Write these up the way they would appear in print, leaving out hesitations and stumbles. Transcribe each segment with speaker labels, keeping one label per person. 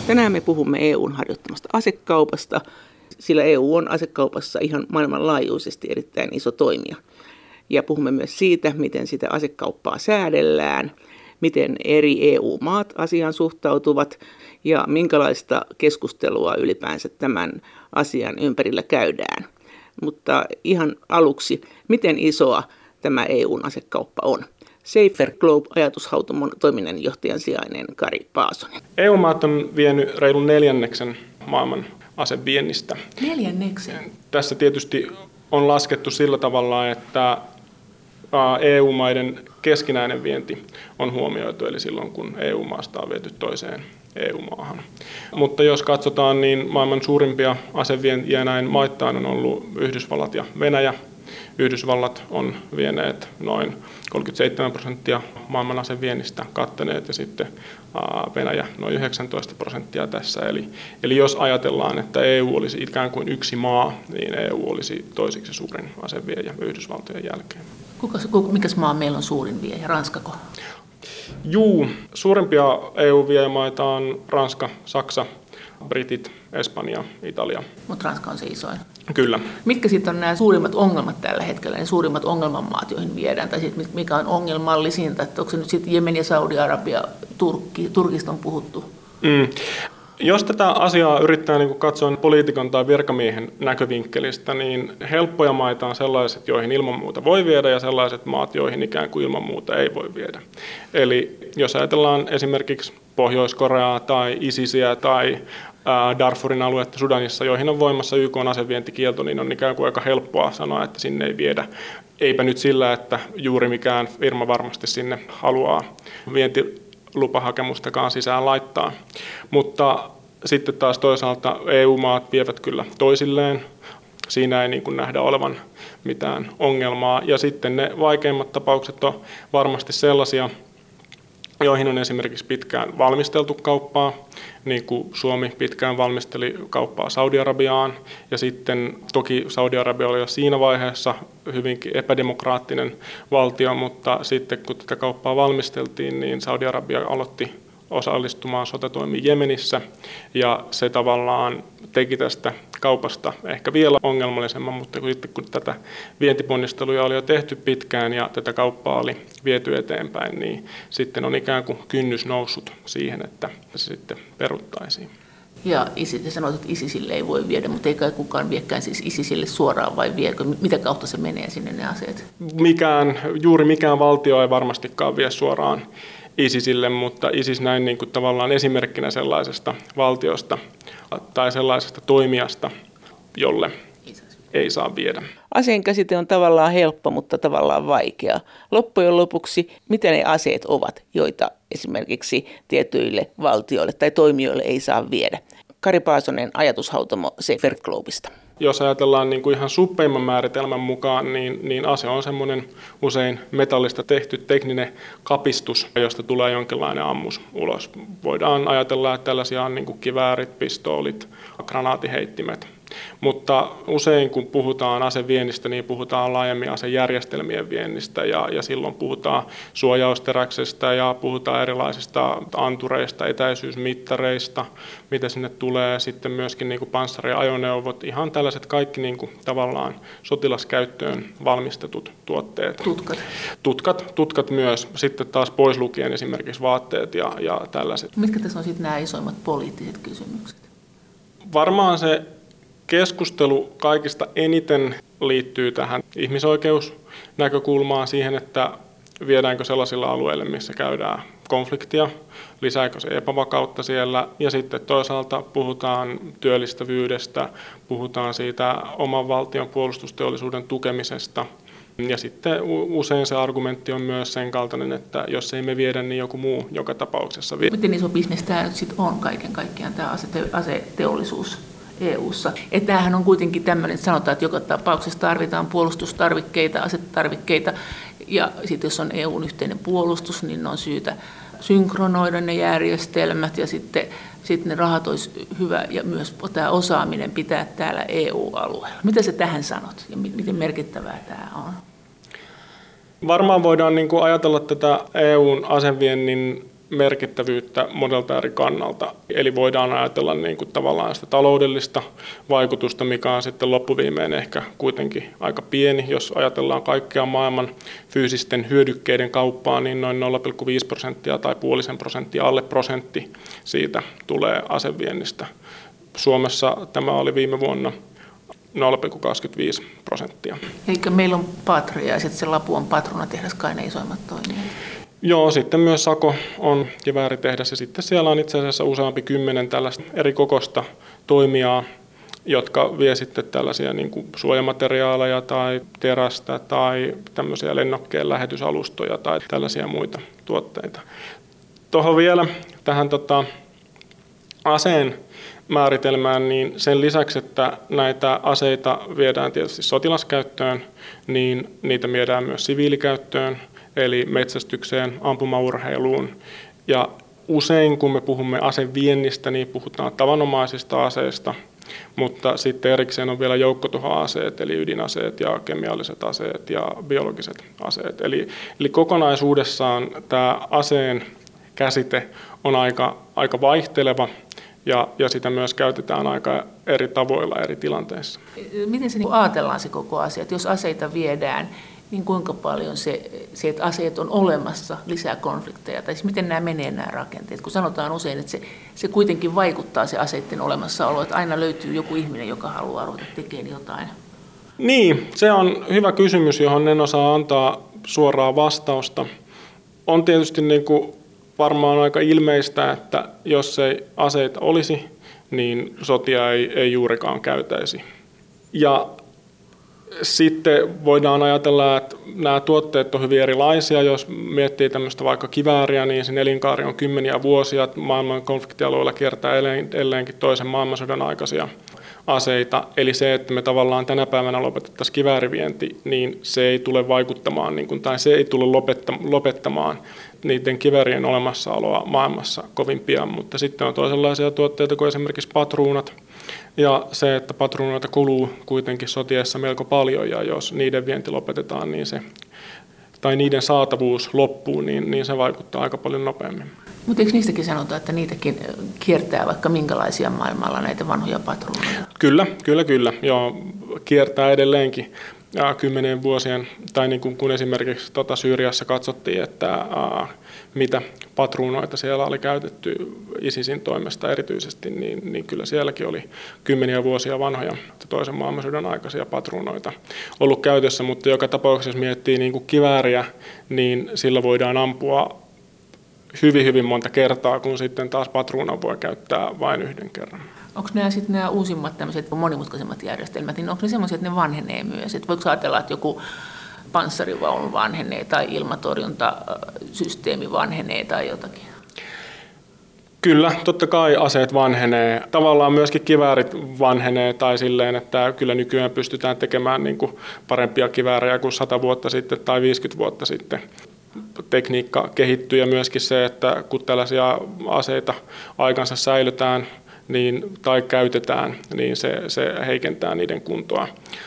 Speaker 1: Tänään me puhumme EUn harjoittamasta asekaupasta, sillä EU on asekaupassa ihan maailmanlaajuisesti erittäin iso toimija. Ja puhumme myös siitä, miten sitä asekauppaa säädellään, miten eri EU-maat asiaan suhtautuvat ja minkälaista keskustelua ylipäänsä tämän asian ympärillä käydään. Mutta ihan aluksi, miten isoa tämä EUn asekauppa on? Safer Globe-ajatushautomon toiminnanjohtajan sijainen Kari Paasonen.
Speaker 2: EU-maat on vienyt reilun 1/4 maailman aseviennistä.
Speaker 3: 1/4?
Speaker 2: Tässä tietysti on laskettu sillä tavalla, että EU-maiden keskinäinen vienti on huomioitu, eli silloin kun EU-maasta on viety toiseen EU-maahan. Mutta jos katsotaan, niin maailman suurimpia asevientiä näin maittain on ollut Yhdysvallat ja Venäjä. Yhdysvallat on vieneet noin 37% maailman aseviennistä kattaneet ja sitten Venäjä noin 19% tässä. Eli jos ajatellaan, että EU olisi ikään kuin yksi maa, niin EU olisi toiseksi suurin aseviejä Yhdysvaltojen jälkeen.
Speaker 3: Mikäs maa meillä on suurin viejä? Ranskako?
Speaker 2: Suurimpia EU-viejämaita on Ranska, Saksa, Britit, Espanja, Italia.
Speaker 3: Mutta Ranska on se isoin.
Speaker 2: Kyllä.
Speaker 3: Mitkä sitten on nämä suurimmat ongelmat tällä hetkellä, ne suurimmat ongelmamaat, joihin viedään, tai sitten mikä on ongelmallisinta, että onko se nyt sitten Jemen ja Saudi-Arabia, Turkista on puhuttu?
Speaker 2: Jos tätä asiaa yrittää katsoa poliitikon tai virkamiehen näkövinkkelistä, niin helppoja maita on sellaiset, joihin ilman muuta voi viedä, ja sellaiset maat, joihin ikään kuin ilman muuta ei voi viedä. Eli jos ajatellaan esimerkiksi Pohjois-Koreaa tai ISISiä tai Darfurin aluetta Sudanissa, joihin on voimassa YK:n asevientikielto, niin on ikään kuin aika helppoa sanoa, että sinne ei viedä. Eipä nyt sillä, että juuri mikään firma varmasti sinne haluaa vientilupahakemustakaan sisään laittaa. Mutta sitten taas toisaalta EU-maat vievät kyllä toisilleen. Siinä ei nähdä olevan mitään ongelmaa. Ja sitten ne vaikeimmat tapaukset on varmasti sellaisia, joihin on esimerkiksi pitkään valmisteltu kauppaa, niin kuin Suomi pitkään valmisteli kauppaa Saudi-Arabiaan, ja sitten toki Saudi-Arabia oli jo siinä vaiheessa hyvinkin epädemokraattinen valtio, mutta sitten kun tätä kauppaa valmisteltiin, niin Saudi-Arabia aloitti osallistumaan sotatoimiin Jemenissä, ja se tavallaan teki tästä kaupasta ehkä vielä ongelmallisemman, mutta sitten kun tätä vientiponnisteluja oli jo tehty pitkään ja tätä kauppaa oli viety eteenpäin, niin sitten on ikään kuin kynnys noussut siihen, että se sitten peruttaisiin.
Speaker 3: Ja sanoit, että ISISille ei voi viedä, mutta ei kai kukaan viekään siis ISISille suoraan, vai viekö? Mitä kautta se menee sinne ne aseet?
Speaker 2: Juuri mikään valtio ei varmastikaan vie suoraan ISISille, mutta ISIS näin niin kuin tavallaan esimerkkinä sellaisesta valtiosta tai sellaisesta toimijasta, jolle ei saa viedä.
Speaker 1: Aseen käsite on tavallaan helppo, mutta tavallaan vaikea. Loppujen lopuksi, mitä ne aseet ovat, joita esimerkiksi tietyille valtioille tai toimijoille ei saa viedä? Kari Paasonen, ajatushautomo Safer Globesta.
Speaker 2: Jos ajatellaan niin kuin ihan suppeimman määritelmän mukaan, niin ase on semmoinen usein metallista tehty tekninen kapistus, josta tulee jonkinlainen ammus ulos. Voidaan ajatella, että tällaisia on niin kuin kiväärit, pistoolit, granaatiheittimet. Mutta usein kun puhutaan aseviennistä, niin puhutaan laajemmin asejärjestelmien viennistä ja silloin puhutaan suojausteräksestä ja puhutaan erilaisista antureista, etäisyysmittareista, mitä sinne tulee, sitten myöskin niin kuin panssariajoneuvot, ihan tällaiset kaikki niin kuin tavallaan sotilaskäyttöön valmistetut tuotteet. Tutkat myös, sitten taas pois lukien esimerkiksi vaatteet ja tällaiset.
Speaker 3: Mitkä tässä on sitten nämä isoimmat poliittiset kysymykset?
Speaker 2: Varmaan se keskustelu kaikista eniten liittyy tähän ihmisoikeusnäkökulmaan siihen, että viedäänkö sellaisilla alueilla, missä käydään konfliktia, lisääkö se epävakautta siellä, ja sitten toisaalta puhutaan työllistävyydestä, puhutaan siitä oman valtion puolustusteollisuuden tukemisesta, ja sitten usein se argumentti on myös sen kaltainen, että jos ei me viedä, niin joku muu joka tapauksessa vie.
Speaker 3: Miten iso bisnes tämä nyt sitten on kaiken kaikkiaan, tämä aseteollisuus EU:ssa? Että tämähän on kuitenkin tämmöinen, että sanotaan, että joka tapauksessa tarvitaan puolustustarvikkeita, asetarvikkeita, ja sitten jos on EU:n yhteinen puolustus, niin on syytä synkronoida ne järjestelmät, ja sitten ne rahat olisi hyvä, ja myös tämä osaaminen pitää täällä EU-alueella. Mitä sä tähän sanot, ja miten merkittävää tämä on?
Speaker 2: Varmaan voidaan ajatella tätä EUn aseviennin merkittävyyttä monelta eri kannalta. Eli voidaan ajatella niin kuin tavallaan sitä taloudellista vaikutusta, mikä on sitten loppuviimein ehkä kuitenkin aika pieni. Jos ajatellaan kaikkea maailman fyysisten hyödykkeiden kauppaa, niin noin 0,5% tai 0,5%, alle prosentti siitä tulee aseviennistä. Suomessa tämä oli viime vuonna 0,25%.
Speaker 3: Eikö meillä on Patria ja sitten se Lapu on patruunatehdas kai ne isoimmat toimijat?
Speaker 2: Joo, sitten myös Sako on kivääritehdas ja sitten siellä on itse asiassa useampi 10 tällaista eri kokoista toimijaa, jotka vie sitten tällaisia niin kuin suojamateriaaleja tai terästä tai tämmöisiä lennokkeen lähetysalustoja tai tällaisia muita tuotteita. Tuohon vielä tähän aseen määritelmään, niin sen lisäksi, että näitä aseita viedään tietysti sotilaskäyttöön, niin niitä viedään myös siviilikäyttöön, eli metsästykseen, ampumaurheiluun. Ja usein, kun me puhumme aseviennistä, niin puhutaan tavanomaisista aseista, mutta sitten erikseen on vielä joukkotuhoaseet, eli ydinaseet ja kemialliset aseet ja biologiset aseet. Eli kokonaisuudessaan tämä aseen käsite on aika vaihteleva, ja sitä myös käytetään aika eri tavoilla eri tilanteissa.
Speaker 3: Miten se ajatellaan se koko asia, että jos aseita viedään, niin kuinka paljon se, että aseet on olemassa, lisää konflikteja, tai siis miten nämä menee nämä rakenteet, kun sanotaan usein, että se kuitenkin vaikuttaa se aseiden olemassaolo, että aina löytyy joku ihminen, joka haluaa ruveta tekemään jotain.
Speaker 2: Niin, se on hyvä kysymys, johon en osaa antaa suoraa vastausta. On tietysti niin kuin varmaan aika ilmeistä, että jos ei aseita olisi, niin sotia ei juurikaan käytäisi. Ja sitten voidaan ajatella, että nämä tuotteet on hyvin erilaisia. Jos miettii tämmöistä vaikka kivääriä, niin sen elinkaari on kymmeniä vuosia. Maailman konfliktialueilla kiertää edelleenkin toisen maailmansodan aikaisia aseita. Eli se, että me tavallaan tänä päivänä lopetettaisiin kiväärivienti, niin se ei tule vaikuttamaan, tai se ei tule lopettamaan niiden kiväärien olemassaoloa maailmassa kovin pian. Mutta sitten on toisenlaisia tuotteita kuin esimerkiksi patruunat. Ja se, että patruunoita kuluu kuitenkin sotiessa melko paljon, ja jos niiden vienti lopetetaan, niin tai niiden saatavuus loppuu, niin se vaikuttaa aika paljon nopeammin.
Speaker 3: Mutta eikö niistäkin sanota, että niitäkin kiertää vaikka minkälaisia maailmalla näitä vanhoja patruunoja?
Speaker 2: Kyllä. Joo, kiertää edelleenkin. Ja 10 vuosien, tai niin kun esimerkiksi Syyriassa katsottiin, että mitä patruunoita siellä oli käytetty ISISin toimesta erityisesti, niin kyllä sielläkin oli 10 vuosia vanhoja toisen maailmansodan aikaisia patruunoita ollut käytössä, mutta joka tapauksessa, jos miettii niin kuin kivääriä, niin sillä voidaan ampua hyvin monta kertaa, kun sitten taas patruunan voi käyttää vain yhden kerran.
Speaker 3: Onko nämä uusimmat tämmöiset monimutkaisemmat järjestelmät, niin onko ne semmoisia, että ne vanhenee myös? Et voiko ajatella, että joku panssarivaunu vanhenee tai ilmatorjuntasysteemi vanhenee tai jotakin?
Speaker 2: Kyllä, totta kai aseet vanhenee. Tavallaan myöskin kiväärit vanhenee tai silleen, että kyllä nykyään pystytään tekemään niin kuin parempia kiväärejä kuin 100 vuotta sitten tai 50 vuotta sitten. Tekniikka kehittyy ja myöskin se, että kun tällaisia aseita aikansa säilytään tai käytetään, niin se heikentää niiden kuntoa.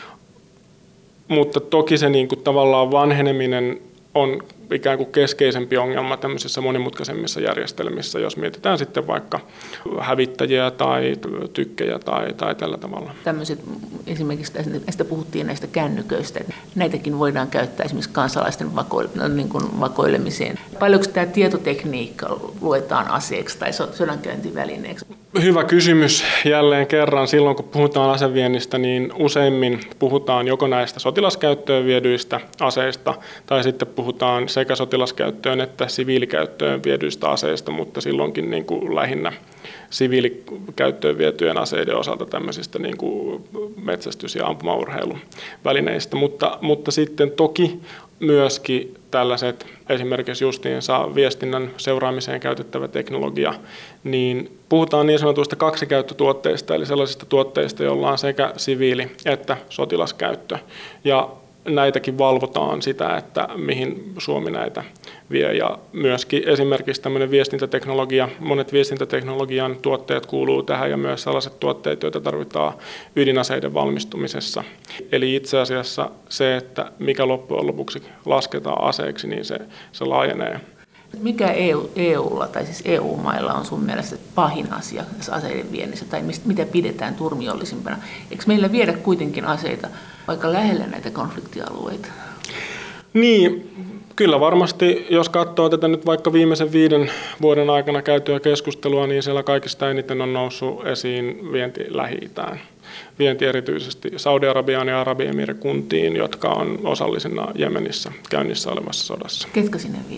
Speaker 2: Mutta toki se niin kuin tavallaan vanheneminen on ikään kuin keskeisempi ongelma tämmöisissä monimutkaisemmissa järjestelmissä, jos mietitään sitten vaikka hävittäjiä tai tykkejä tai tällä tavalla.
Speaker 3: Tämmöiset, esimerkiksi näistä puhuttiin näistä kännyköistä, että näitäkin voidaan käyttää esimerkiksi kansalaisten vakoilemiseen. Paljonko tämä tietotekniikka luetaan aseeksi tai sodankäyntivälineeksi?
Speaker 2: Hyvä kysymys jälleen kerran. Silloin kun puhutaan aseviennistä, niin useimmin puhutaan joko näistä sotilaskäyttöön viedyistä aseista tai sitten puhutaan sekä sotilaskäyttöön että siviilikäyttöön viedyistä aseista, mutta silloinkin niin kuin lähinnä siviilikäyttöön vietyjen aseiden osalta tämmöisistä niin kuin metsästys- ja ampumaurheiluvälineistä, mutta sitten toki myöskin tällaiset esimerkiksi justiinsa viestinnän seuraamiseen käytettävä teknologia, niin puhutaan niin sanotuista kaksikäyttötuotteista, eli sellaisista tuotteista, joilla on sekä siviili- että sotilaskäyttö. Ja näitäkin valvotaan sitä, että mihin Suomi näitä vie. Ja myöskin esimerkiksi tämmöinen viestintäteknologia, monet viestintäteknologian tuotteet kuuluu tähän ja myös sellaiset tuotteet, joita tarvitaan ydinaseiden valmistumisessa. Eli itse asiassa se, että mikä loppujen lopuksi lasketaan aseeksi, niin se laajenee.
Speaker 3: Mikä EUlla tai siis EU-mailla on sun mielestä pahin asia tässä aseiden viennissä, tai mitä pidetään turmiollisimpana? Eikö meillä viedä kuitenkin aseita aika lähellä näitä konfliktialueita?
Speaker 2: Niin, kyllä varmasti, jos katsoo tätä nyt vaikka viimeisen 5 vuoden aikana käytyä keskustelua, niin siellä kaikista eniten on noussut esiin vienti Lähi-Itään. Vienti erityisesti Saudi-Arabiaan ja Arabiemiirikuntiin, jotka on osallisena Jemenissä käynnissä olevassa sodassa.
Speaker 3: Ketkä sinne vie?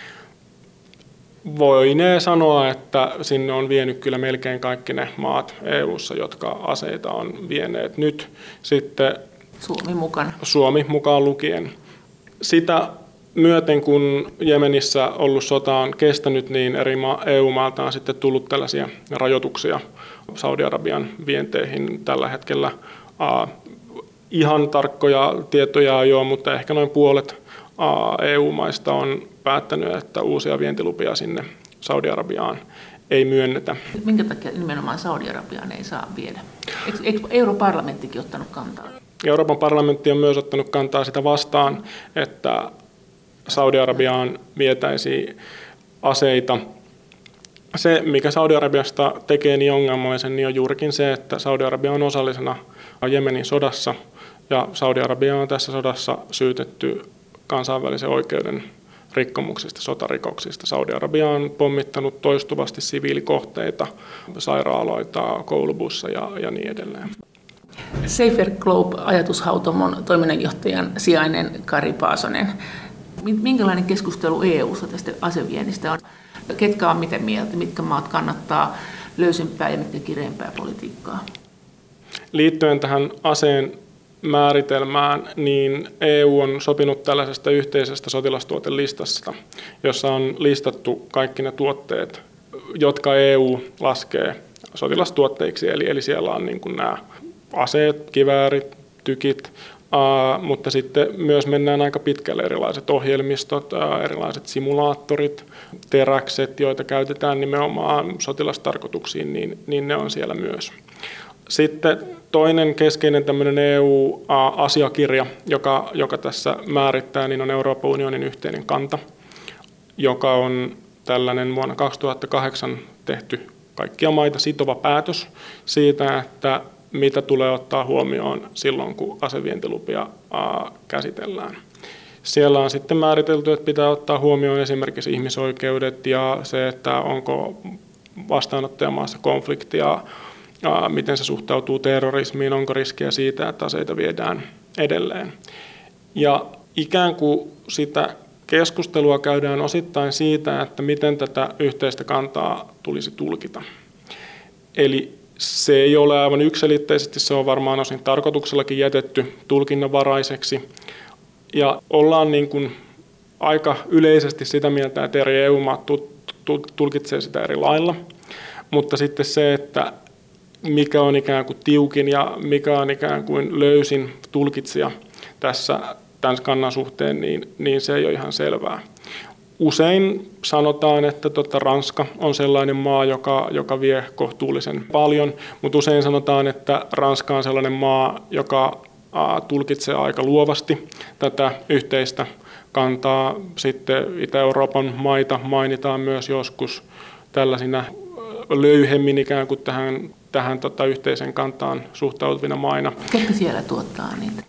Speaker 2: Voinee sanoa, että sinne on vienyt kyllä melkein kaikki ne maat EU:ssa, jotka aseita on vieneet nyt. Sitten Suomi mukaan lukien. Sitä myöten, kun Jemenissä ollut sota on kestänyt, niin eri EU-maalta on sitten tullut tällaisia rajoituksia Saudi-Arabian vienteihin tällä hetkellä. Ihan tarkkoja tietoja ei ole, mutta ehkä noin puolet EU-maista on päättänyt, että uusia vientilupia sinne Saudi-Arabiaan ei myönnetä.
Speaker 3: Minkä takia nimenomaan Saudi-Arabiaan ei saa viedä? Eikö Europarlamenttikin ottanut kantaa?
Speaker 2: Euroopan parlamentti on myös ottanut kantaa sitä vastaan, että Saudi-Arabiaan vietäisiin aseita. Se, mikä Saudi-Arabiasta tekee niin ongelmallisen, niin on juurikin se, että Saudi-Arabia on osallisena Jemenin sodassa, ja Saudi-Arabia on tässä sodassa syytetty kansainvälisen oikeuden rikkomuksista, sotarikoksista. Saudi-Arabia on pommittanut toistuvasti siviilikohteita, sairaaloita, koulubusseja ja niin edelleen.
Speaker 3: Safer Globe-ajatushautomon toiminnanjohtajan sijainen Kari Paasonen. Minkälainen keskustelu EU:ssa tästä aseviennistä on? Ketkä on mitä mieltä? Mitkä maat kannattaa löysempää ja mitkä kireempää politiikkaa?
Speaker 2: Liittyen tähän aseen määritelmään, niin EU on sopinut tällaisesta yhteisestä sotilastuotelistasta, jossa on listattu kaikki ne tuotteet, jotka EU laskee sotilastuotteiksi. Eli siellä on niin kuin nämä aseet, kiväärit, tykit, mutta sitten myös mennään aika pitkälle erilaiset ohjelmistot, erilaiset simulaattorit, teräkset, joita käytetään nimenomaan sotilastarkoituksiin, niin ne on siellä myös. Sitten toinen keskeinen tämmöinen EU-asiakirja, joka tässä määrittää, niin on Euroopan unionin yhteinen kanta, joka on tällainen vuonna 2008 tehty kaikkia maita sitova päätös siitä, että mitä tulee ottaa huomioon silloin, kun asevientilupia käsitellään. Siellä on sitten määritelty, että pitää ottaa huomioon esimerkiksi ihmisoikeudet ja se, että onko vastaanottajamaassa konfliktia, miten se suhtautuu terrorismiin, onko riskiä siitä, että aseita viedään edelleen. Ja ikään kuin sitä keskustelua käydään osittain siitä, että miten tätä yhteistä kantaa tulisi tulkita. Eli se ei ole aivan yksiselitteisesti, se on varmaan osin tarkoituksellakin jätetty tulkinnanvaraiseksi. Ja ollaan niin kuin aika yleisesti sitä mieltä, että eri EU-maat tulkitsee sitä eri lailla. Mutta sitten se, että mikä on ikään kuin tiukin ja mikä on ikään kuin löysin tulkitsija tässä tämän kannan suhteen, niin se ei ole ihan selvää. Usein sanotaan, että Ranska on sellainen maa, joka vie kohtuullisen paljon, mutta usein sanotaan, että Ranska on sellainen maa, joka tulkitsee aika luovasti tätä yhteistä kantaa. Sitten Itä-Euroopan maita mainitaan myös joskus tällaisina löyhemmin ikään kuin tähän yhteisen kantaan suhtautuvina maina.
Speaker 3: Ketkä siellä tuottaa niitä?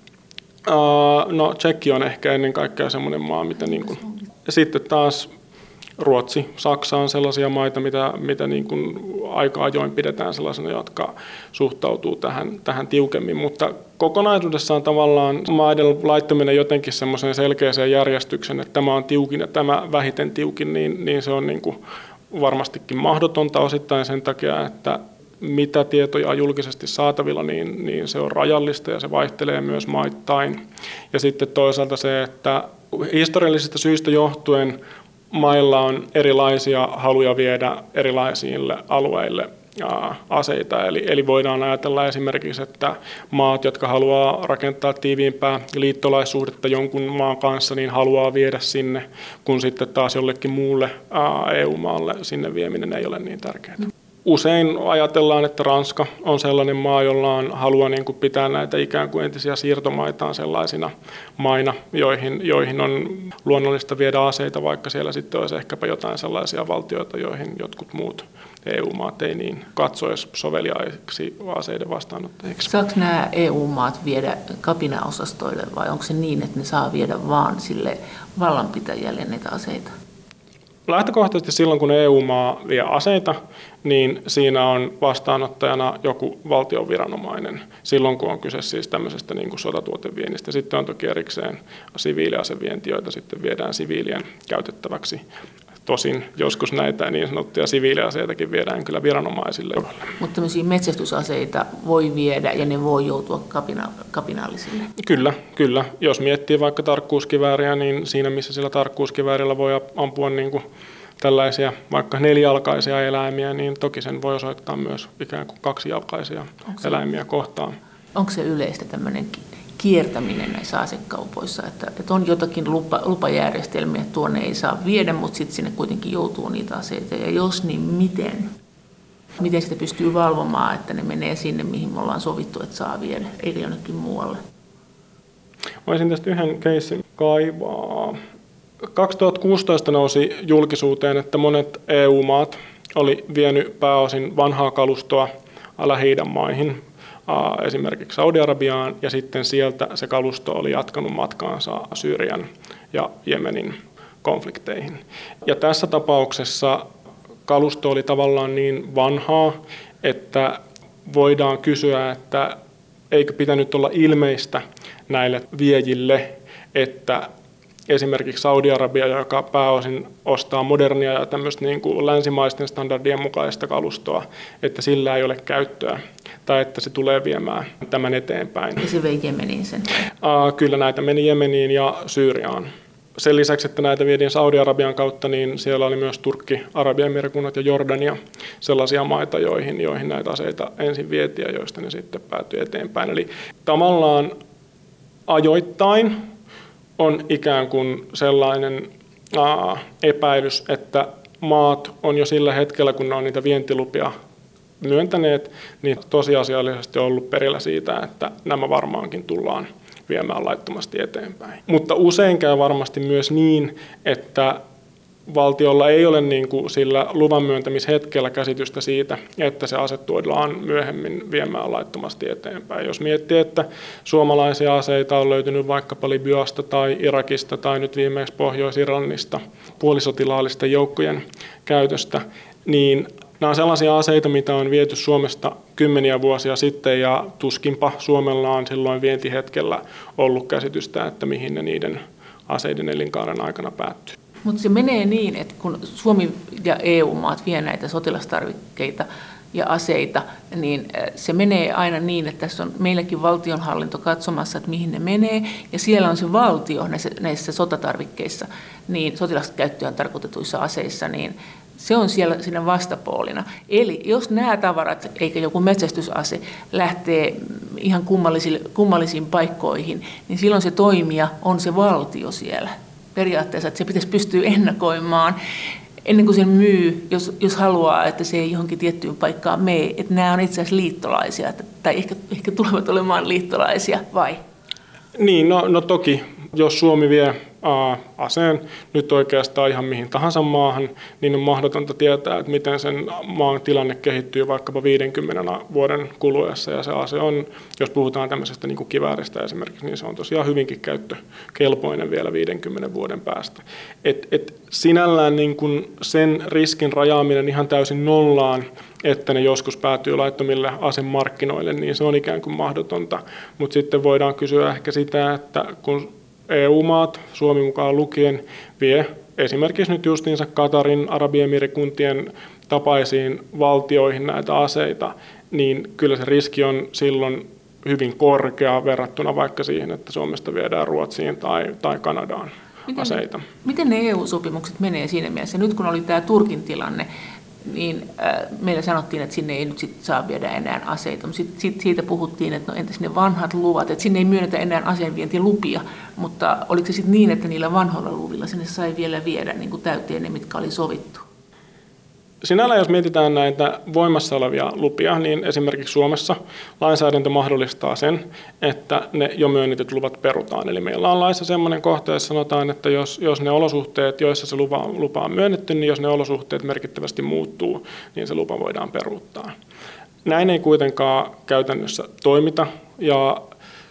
Speaker 2: No Tšekki on ehkä ennen kaikkea semmoinen maa, mitä niin kuin. Ja sitten taas Ruotsi, Saksa on sellaisia maita, mitä niin kuin aika ajoin pidetään sellaisena, jotka suhtautuu tähän tiukemmin. Mutta kokonaisuudessaan tavallaan maiden laittaminen jotenkin semmoiseen selkeäseen järjestykseen, että tämä on tiukin ja tämä vähiten tiukin, niin se on niin kuin varmastikin mahdotonta osittain sen takia, että mitä tietoja on julkisesti saatavilla, niin se on rajallista ja se vaihtelee myös maittain. Ja sitten toisaalta se, että historiallisista syistä johtuen mailla on erilaisia haluja viedä erilaisille alueille aseita. Eli voidaan ajatella esimerkiksi, että maat, jotka haluaa rakentaa tiiviimpää liittolaissuhdetta jonkun maan kanssa, niin haluaa viedä sinne, kun sitten taas jollekin muulle EU-maalle sinne vieminen ei ole niin tärkeää. usein ajatellaan, että Ranska on sellainen maa, jolla on halua niin kuin pitää näitä ikään kuin entisiä siirtomaitaan sellaisina maina, joihin on luonnollista viedä aseita, vaikka siellä sitten olisi ehkäpä jotain sellaisia valtioita, joihin jotkut muut EU-maat ei niin katsoisi soveliaiksi aseiden vastaanottajiksi.
Speaker 3: Saako nämä EU-maat viedä kapinaosastoille vai onko se niin, että ne saa viedä vaan sille vallanpitäjälle näitä aseita?
Speaker 2: Lähtökohtaisesti silloin, kun EU-maa vie aseita, niin siinä on vastaanottajana joku valtion viranomainen, silloin kun on kyse siis tämmöisestä niin kuin sotatuoteviennistä. Sitten on toki erikseen siviiliasevienti, joita sitten viedään siviilien käytettäväksi. Tosin joskus näitä niin sanottuja siviiliaseitakin viedään kyllä viranomaisille.
Speaker 3: Mutta tämmöisiä metsästysaseita voi viedä ja ne voi joutua kapinallisille?
Speaker 2: Kyllä. Jos miettii vaikka tarkkuuskivääriä, niin siinä missä sillä tarkkuuskiväärillä voi ampua niin kuin tällaisia vaikka nelijalkaisia eläimiä, niin toki sen voi osoittaa myös ikään kuin kaksijalkaisia eläimiä kohtaan.
Speaker 3: Onko se yleistä tämmöinen kiertäminen näissä asekaupoissa, että on jotakin lupajärjestelmiä, että tuonne ei saa viedä, mutta sitten sinne kuitenkin joutuu niitä aseita. Ja jos, niin miten? Miten sitä pystyy valvomaan, että ne menee sinne, mihin me ollaan sovittu, että saa viedä, eikä jonnekin muualle?
Speaker 2: Voisin tästä yhden keissin kaivaa. 2016 nousi julkisuuteen, että monet EU-maat oli vienyt pääosin vanhaa kalustoa Lähi-idän maihin, esimerkiksi Saudi-Arabiaan, ja sitten sieltä se kalusto oli jatkanut matkaansa Syyrian ja Jemenin konflikteihin. Ja tässä tapauksessa kalusto oli tavallaan niin vanhaa, että voidaan kysyä, että eikö pitänyt olla ilmeistä näille viejille, että esimerkiksi Saudi-Arabia, joka pääosin ostaa modernia ja tämmöistä niin kuin länsimaisten standardien mukaista kalustoa, että sillä ei ole käyttöä tai että se tulee viemään tämän eteenpäin.
Speaker 3: Ja se vei Jemeniin sen?
Speaker 2: Kyllä näitä meni Jemeniin ja Syyriaan. Sen lisäksi, että näitä vietiin Saudi-Arabian kautta, niin siellä oli myös Turkki, Arabiamirikunnat ja Jordania, sellaisia maita, joihin näitä aseita ensin vietiin ja joista ne sitten päätyi eteenpäin. Eli tavallaan ajoittain on ikään kuin sellainen epäilys, että maat on jo sillä hetkellä, kun ne on niitä vientilupia myöntäneet, niin tosiasiallisesti on ollut perillä siitä, että nämä varmaankin tullaan viemään laittomasti eteenpäin. Mutta usein käy varmasti myös niin, että valtiolla ei ole niin kuin sillä luvan myöntämishetkellä käsitystä siitä, että se ase tuodaan myöhemmin viemään laittomasti eteenpäin. Jos miettii, että suomalaisia aseita on löytynyt vaikkapa Libyasta tai Irakista tai nyt viimeksi Pohjois-Irlannista puolisotilaallisten joukkojen käytöstä, niin nämä on sellaisia aseita, mitä on viety Suomesta kymmeniä vuosia sitten, ja tuskinpa Suomella on silloin vientihetkellä ollut käsitystä, että mihin ne niiden aseiden elinkaaren aikana päättyy.
Speaker 3: Mutta se menee niin, että kun Suomi ja EU-maat vie näitä sotilastarvikkeita ja aseita, niin se menee aina niin, että tässä on meilläkin valtionhallinto katsomassa, että mihin ne menee, ja siellä on se valtio näissä sotatarvikkeissa, niin sotilaskäyttöön tarkoitetuissa aseissa, niin se on siellä siinä vastapuolina. Eli jos nämä tavarat, eikä joku metsästysase, lähtee ihan kummallisiin paikkoihin, niin silloin se toimija on se valtio siellä. Periaatteessa, että se pitäisi pystyä ennakoimaan ennen kuin sen myy, jos haluaa, että se ei johonkin tiettyyn paikkaan mene. Että nämä on itse asiassa liittolaisia, tai ehkä tulevat olemaan liittolaisia, vai?
Speaker 2: Niin, no toki, jos Suomi vie aseen nyt oikeastaan ihan mihin tahansa maahan, niin on mahdotonta tietää, että miten sen maan tilanne kehittyy vaikkapa 50 vuoden kuluessa. Ja se ase on, jos puhutaan tämmöisestä niin kuin kivääristä esimerkiksi, niin se on tosiaan hyvinkin käyttökelpoinen vielä 50 vuoden päästä. Et sinällään niin kuin sen riskin rajaaminen ihan täysin nollaan, että ne joskus päätyy laittomille asemarkkinoille, niin se on ikään kuin mahdotonta. Mutta sitten voidaan kysyä ehkä sitä, että kun EU-maat, Suomi mukaan lukien, vie esimerkiksi nyt justiinsa Katarin, Arabiemirikuntien tapaisiin valtioihin näitä aseita, niin kyllä se riski on silloin hyvin korkea verrattuna vaikka siihen, että Suomesta viedään Ruotsiin tai Kanadaan aseita. Miten
Speaker 3: ne EU-sopimukset menee siinä mielessä? Nyt kun oli tämä Turkin tilanne, niin meillä sanottiin, että sinne ei nyt sit saa viedä enää aseita, mutta sitten siitä puhuttiin, että no entäs ne vanhat luvat, että sinne ei myönnetä enää aseenvientilupia, mutta oliko se sitten niin, että niillä vanhoilla luvilla sinne sai vielä viedä niin kuin täyteen ne, mitkä oli sovittu?
Speaker 2: Sinällään jos mietitään näitä voimassa olevia lupia, niin esimerkiksi Suomessa lainsäädäntö mahdollistaa sen, että ne jo myönnetyt luvat perutaan. Eli meillä on laissa sellainen kohta, jossa sanotaan, että jos ne olosuhteet, joissa se lupa on myönnetty, niin jos ne olosuhteet merkittävästi muuttuu, niin se lupa voidaan peruuttaa. Näin ei kuitenkaan käytännössä toimita ja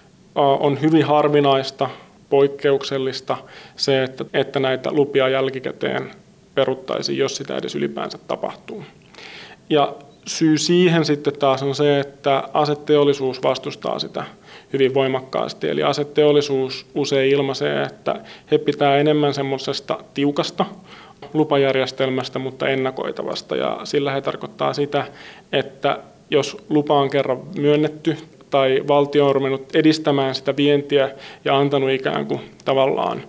Speaker 2: on hyvin harvinaista, poikkeuksellista se, että näitä lupia jälkikäteen peruttaisiin, jos sitä edes ylipäänsä tapahtuu. Ja syy siihen sitten taas on se, että aseteollisuus vastustaa sitä hyvin voimakkaasti. Eli aseteollisuus usein ilmaisee, että he pitää enemmän semmoisesta tiukasta lupajärjestelmästä, mutta ennakoitavasta. Ja sillä he tarkoittaa sitä, että jos lupa on kerran myönnetty tai valtio on ruvennut edistämään sitä vientiä ja antanut ikään kuin tavallaan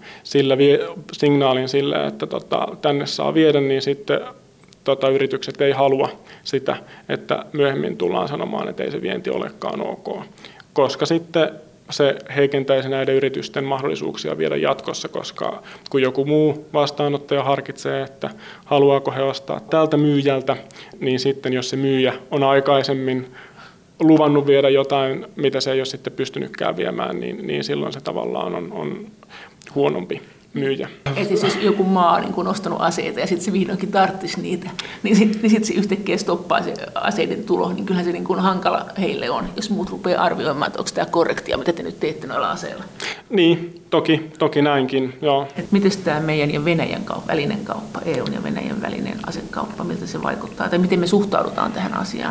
Speaker 2: signaalin sille, että tänne saa viedä, niin sitten yritykset ei halua sitä, että myöhemmin tullaan sanomaan, että ei se vienti olekaan ok. Koska sitten se heikentäisi näiden yritysten mahdollisuuksia viedä jatkossa, koska kun joku muu vastaanottaja harkitsee, että haluaako he ostaa tältä myyjältä, niin sitten jos se myyjä on aikaisemmin luvannut viedä jotain, mitä se ei ole sitten pystynytkään viemään, niin silloin se tavallaan on huonompi myyjä.
Speaker 3: Eli jos joku maa on niin ostanut aseita ja sitten se vihdoinkin tarttisi niitä, niin sitten se yhtäkkiä stoppaa se aseiden tulo, niin kyllähän se niin kuin hankala heille on, jos muut rupeaa arvioimaan, että onko tämä korrektia, mitä te nyt teette noilla aseilla.
Speaker 2: Niin, toki näinkin, joo.
Speaker 3: Miten tämä meidän ja Venäjän välinen kauppa, EUn ja Venäjän välinen asekauppa, miltä se vaikuttaa, tai miten me suhtaudutaan tähän asiaan?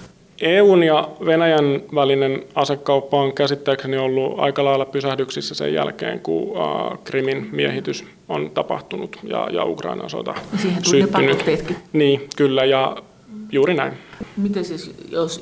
Speaker 2: EUn ja Venäjän välinen asekauppa on käsittääkseni ollut aika lailla pysähdyksissä sen jälkeen, kun Krimin miehitys on tapahtunut ja Ukrainan sota
Speaker 3: siihen tuli
Speaker 2: syttynyt.
Speaker 3: Ne pakotteetkin.
Speaker 2: Niin, kyllä, ja juuri näin.
Speaker 3: Miten siis, jos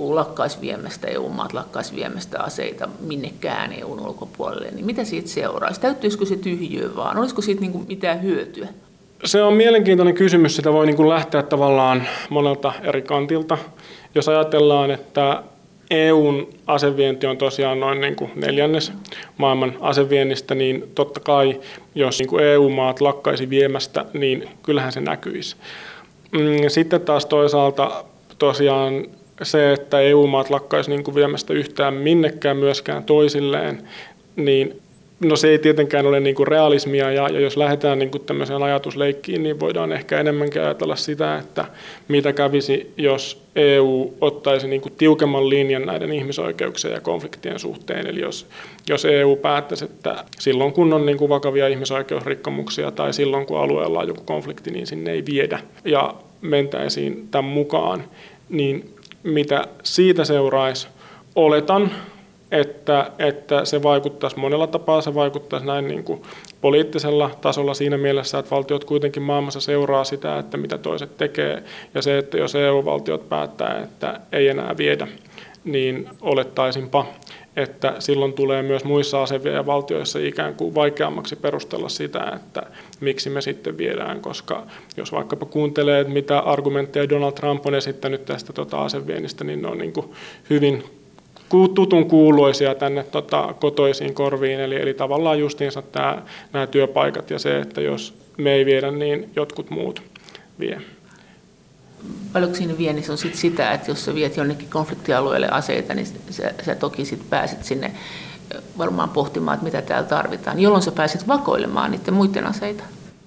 Speaker 3: EU-maat lakkaisi viemästä aseita minnekään EUn ulkopuolelle, niin mitä siitä seuraisi? Täyttyisikö se tyhjiö vaan? Olisiko siitä niin kuin mitään hyötyä?
Speaker 2: Se on mielenkiintoinen kysymys. Sitä voi niin kuin lähteä tavallaan monelta eri kantilta. Jos ajatellaan, että EUn asevienti on tosiaan noin niin kuin 1/4 maailman aseviennistä, niin totta kai, jos niin kuin EU-maat lakkaisi viemästä, niin kyllähän se näkyisi. Sitten taas toisaalta tosiaan se, että EU-maat lakkaisi niin kuin viemästä yhtään minnekään myöskään toisilleen, niin no se ei tietenkään ole niin kuin realismia, ja jos lähdetään niin kuin tämmöiseen ajatusleikkiin, niin voidaan ehkä enemmänkin ajatella sitä, että mitä kävisi, jos EU ottaisi niin kuin tiukemman linjan näiden ihmisoikeuksien ja konfliktien suhteen. Eli jos EU päättäisi, että silloin kun on niin kuin vakavia ihmisoikeusrikkomuksia tai silloin kun alueella on joku konflikti, niin sinne ei viedä ja mentäisiin tämän mukaan, niin mitä siitä seuraisi? Oletan, että se vaikuttaisi monella tapaa, se vaikuttaisi näin niin kuin poliittisella tasolla siinä mielessä, että valtiot kuitenkin maailmassa seuraa sitä, että mitä toiset tekee, ja se, että jos EU-valtiot päättää, että ei enää viedä, niin olettaisinpa, että silloin tulee myös muissa asevaltioissa ikään kuin vaikeammaksi perustella sitä, että miksi me sitten viedään, koska jos vaikkapa kuuntelee, että mitä argumentteja Donald Trump on esittänyt tästä aseviennistä, niin ne on niin kuin hyvin tutun kuuluisia tänne kotoisiin korviin, eli tavallaan justiinsa nämä työpaikat ja se, että jos me ei viedä, niin jotkut muut vie.
Speaker 3: Paljonko siinä viennissä on sitä, että jos sä viet jonnekin konfliktialueelle aseita, niin sä toki sit pääsit sinne varmaan pohtimaan, että mitä täällä tarvitaan, jolloin sä pääsit vakoilemaan niiden muiden aseita?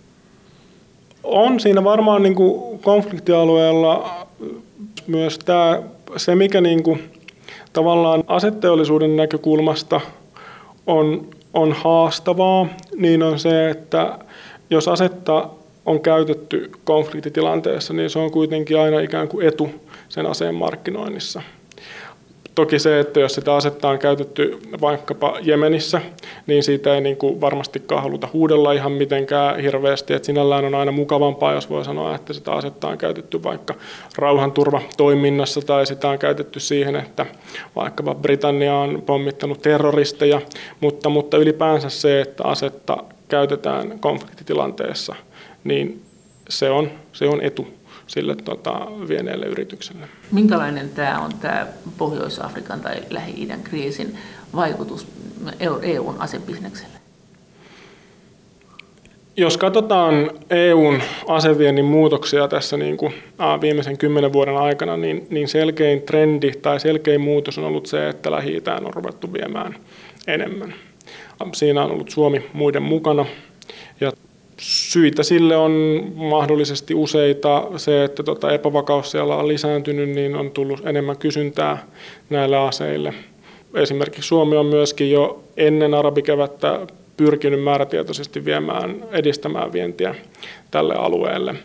Speaker 2: On siinä varmaan niin kuin konfliktialueella myös se, mikä niin kuin tavallaan aseteollisuuden näkökulmasta on haastavaa, niin on se, että jos asetta on käytetty konfliktitilanteessa, niin se on kuitenkin aina ikään kuin etu sen aseen markkinoinnissa. Toki se, että jos sitä asetta on käytetty vaikkapa Jemenissä, niin siitä ei niin kuin varmastikaan haluta huudella ihan mitenkään hirveästi. Et sinällään on aina mukavampaa, jos voi sanoa, että sitä asetta on käytetty vaikka rauhanturvatoiminnassa tai sitä on käytetty siihen, että vaikkapa Britannia on pommittanut terroristeja. Mutta ylipäänsä se, että asetta käytetään konfliktitilanteessa, niin se on etu sille vieneelle yritykselle.
Speaker 3: Minkälainen tämä on tämä Pohjois-Afrikan tai Lähi-idän kriisin vaikutus EUn asebisnekselle?
Speaker 2: Jos katsotaan EUn aseviennin muutoksia tässä niin kuin viimeisen 10 vuoden aikana, niin selkein trendi tai selkein muutos on ollut se, että Lähi-itään on ruvettu viemään enemmän. Siinä on ollut Suomi muiden mukana. Ja syitä sille on mahdollisesti useita. Se, että epävakaus siellä on lisääntynyt, niin on tullut enemmän kysyntää näille aseille. Esimerkiksi Suomi on myöskin jo ennen arabikevättä pyrkinyt määrätietoisesti edistämään vientiä tälle alueelle.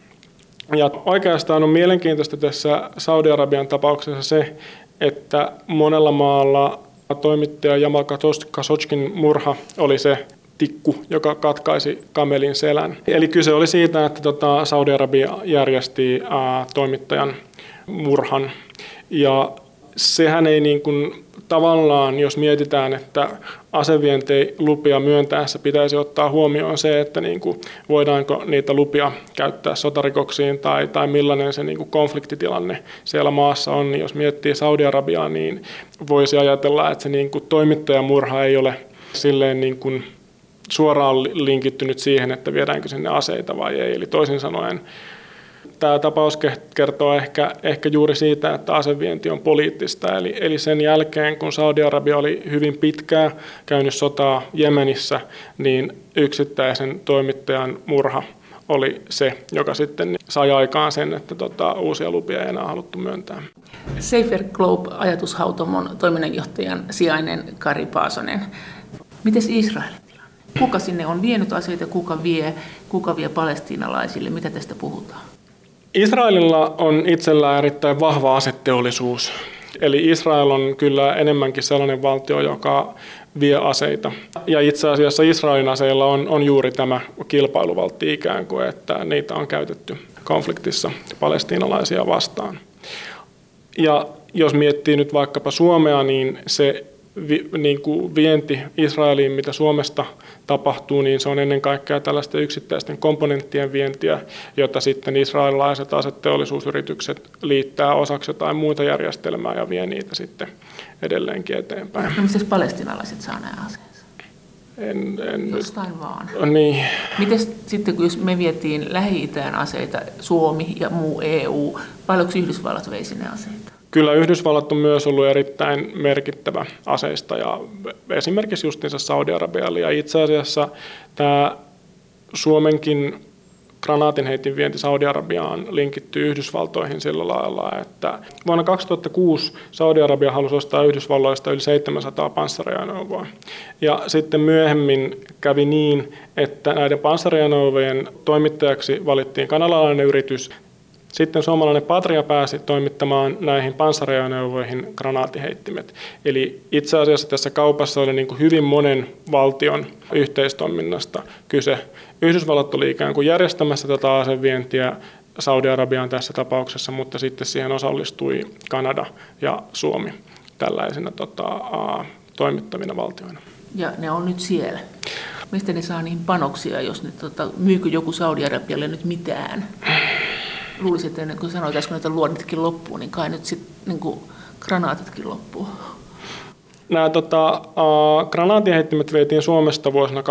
Speaker 2: Ja oikeastaan on mielenkiintoista tässä Saudi-Arabian tapauksessa se, että monella maalla toimittaja Jamal Khashoggin murha oli se tikku, joka katkaisi kamelin selän. Eli kyse oli siitä, että Saudi-Arabia järjesti toimittajan murhan. Ja sehän ei niin kuin, tavallaan, jos mietitään, että asevientilupia myöntäessä pitäisi ottaa huomioon se, että niin kuin, voidaanko niitä lupia käyttää sotarikoksiin tai millainen se niin kuin konfliktitilanne siellä maassa on. Niin jos miettii Saudi-Arabiaa, niin voisi ajatella, että se niin kuin, toimittajamurha ei ole silleen niin kuin, suoraan linkittynyt siihen, että viedäänkö sinne aseita vai ei. Eli toisin sanoen tämä tapaus kertoo ehkä juuri siitä, että asevienti on poliittista. Eli sen jälkeen, kun Saudi-Arabia oli hyvin pitkään käynyt sotaa Jemenissä, niin yksittäisen toimittajan murha oli se, joka sitten sai aikaan sen, että uusia lupia ei enää haluttu myöntää.
Speaker 3: Safer Globe-ajatushautomon toiminnanjohtajan sijainen Kari Paasonen. Mites Israelin tilanne? Kuka sinne on vienyt aseita, kuka vie palestiinalaisille? Mitä tästä puhutaan?
Speaker 2: Israelilla on itsellään erittäin vahva aseteollisuus. Eli Israel on kyllä enemmänkin sellainen valtio, joka vie aseita. Ja itse asiassa Israelin aseilla on juuri tämä kilpailuvaltti ikään kuin, että niitä on käytetty konfliktissa palestiinalaisia vastaan. Ja jos miettii nyt vaikkapa Suomea, niin se niin kuin vienti Israeliin, mitä Suomesta tapahtuu, niin se on ennen kaikkea tällaisten yksittäisten komponenttien vientiä, jota sitten israelilaiset aseteollisuusyritykset liittää osaksi jotain muuta järjestelmää ja vie niitä sitten edelleenkin eteenpäin.
Speaker 3: No mistä palestiinalaiset saa nämä aseensa? Jostain vaan.
Speaker 2: Niin.
Speaker 3: Miten sitten, kun jos me vietiin Lähi-Itään aseita, Suomi ja muu EU, paljonko Yhdysvallat vei sinne aseita?
Speaker 2: Kyllä Yhdysvallat on myös ollut erittäin merkittävä aseistaja, esimerkiksi justiinsa Saudi-Arabialle. Ja itse asiassa tämä Suomenkin granaatinheitin vienti Saudi-Arabiaan linkittyy Yhdysvaltoihin sillä lailla, että vuonna 2006 Saudi-Arabia halusi ostaa Yhdysvalloista yli 700 panssariajoneuvoa. Ja sitten myöhemmin kävi niin, että näiden panssariajoneuvojen toimittajaksi valittiin kanadalainen yritys. Sitten suomalainen Patria pääsi toimittamaan näihin panssariajoneuvoihin granaatiheittimet. Eli itse asiassa tässä kaupassa oli niin kuin hyvin monen valtion yhteistoiminnasta kyse. Yhdysvallat oli ikään kuin järjestämässä tätä asevientiä Saudi-Arabiaan tässä tapauksessa, mutta sitten siihen osallistui Kanada ja Suomi tällaisina toimittavina valtioina.
Speaker 3: Ja ne on nyt siellä. Mistä ne saa niihin panoksia, jos ne, myykö joku Saudi-Arabialle nyt mitään? Luulisin, että ennen kuin sanoit, että näitä luoditkin loppuu, niin kai nyt sitten niin granaatitkin loppuu.
Speaker 2: Nämä granaatiheittimet vietiin Suomesta vuosina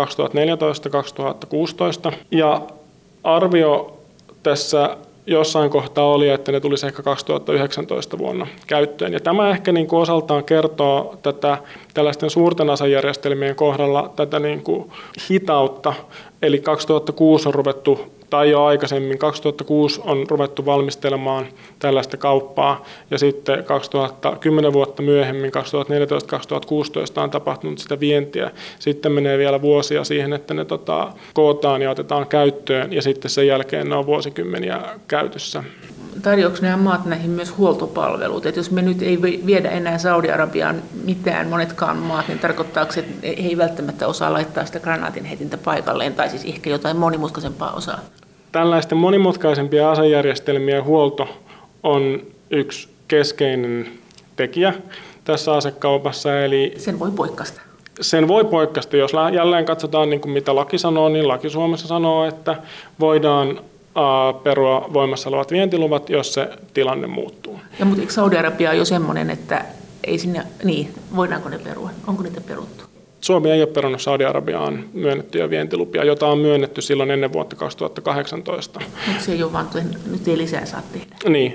Speaker 2: 2014-2016 ja arvio tässä jossain kohtaa oli, että ne tulisi ehkä 2019 vuonna käyttöön. Ja tämä ehkä niin kuin osaltaan kertoo tällaisten suurten asejärjestelmien kohdalla tätä niin kuin hitautta. Eli 2006 on ruvettu, tai jo aikaisemmin, 2006 on ruvettu valmistelemaan tällaista kauppaa, ja sitten 2010 vuotta myöhemmin, 2014-2016 on tapahtunut sitä vientiä. Sitten menee vielä vuosia siihen, että ne kootaan ja otetaan käyttöön, ja sitten sen jälkeen ne on vuosikymmeniä käytössä.
Speaker 3: Tarjoako nämä maat näihin myös huoltopalvelut? Että jos me nyt ei viedä enää Saudi-Arabiaan mitään, monetkaan maat, niin tarkoittaako se, että he ei välttämättä osaa laittaa sitä granaatinheitintä paikalleen, tai siis ehkä jotain monimutkaisempaa osaa?
Speaker 2: Tällaisten monimutkaisempien asejärjestelmien huolto on yksi keskeinen tekijä tässä asekaupassa. Eli
Speaker 3: sen voi poikkasta.
Speaker 2: Sen voi poikkasta. Jos jälleen katsotaan, niin kuin mitä laki sanoo, niin laki Suomessa sanoo, että voidaan perua voimassa olevat vientiluvat, jos se tilanne muuttuu.
Speaker 3: Ja mutta Saudi-Arabia on jo semmoinen, että ei sinne, niin, voidaanko ne perua? Onko niitä peruttu?
Speaker 2: Suomi ei ole perunut Saudi-Arabiaan myönnettyjä vientilupia, jota on myönnetty silloin ennen vuotta 2018.
Speaker 3: Mutta se ei ole vaan, nyt ei lisää saa tehdä.
Speaker 2: Niin.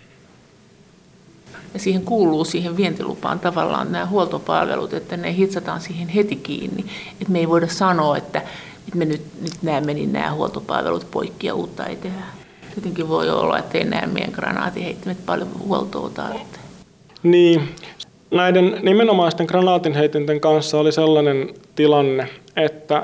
Speaker 3: Ja siihen kuuluu siihen vientilupaan tavallaan nämä huoltopalvelut, että ne hitsataan siihen heti kiinni. Että me ei voida sanoa, että me nyt nämä huoltopalvelut poikki ja uutta ei tehdä. Tietenkin voi olla, että ei nämä meidän granaatiheittämät paljon huoltoa tarvitse.
Speaker 2: Niin. Näiden nimenomaisten granaatinheitinten kanssa oli sellainen tilanne, että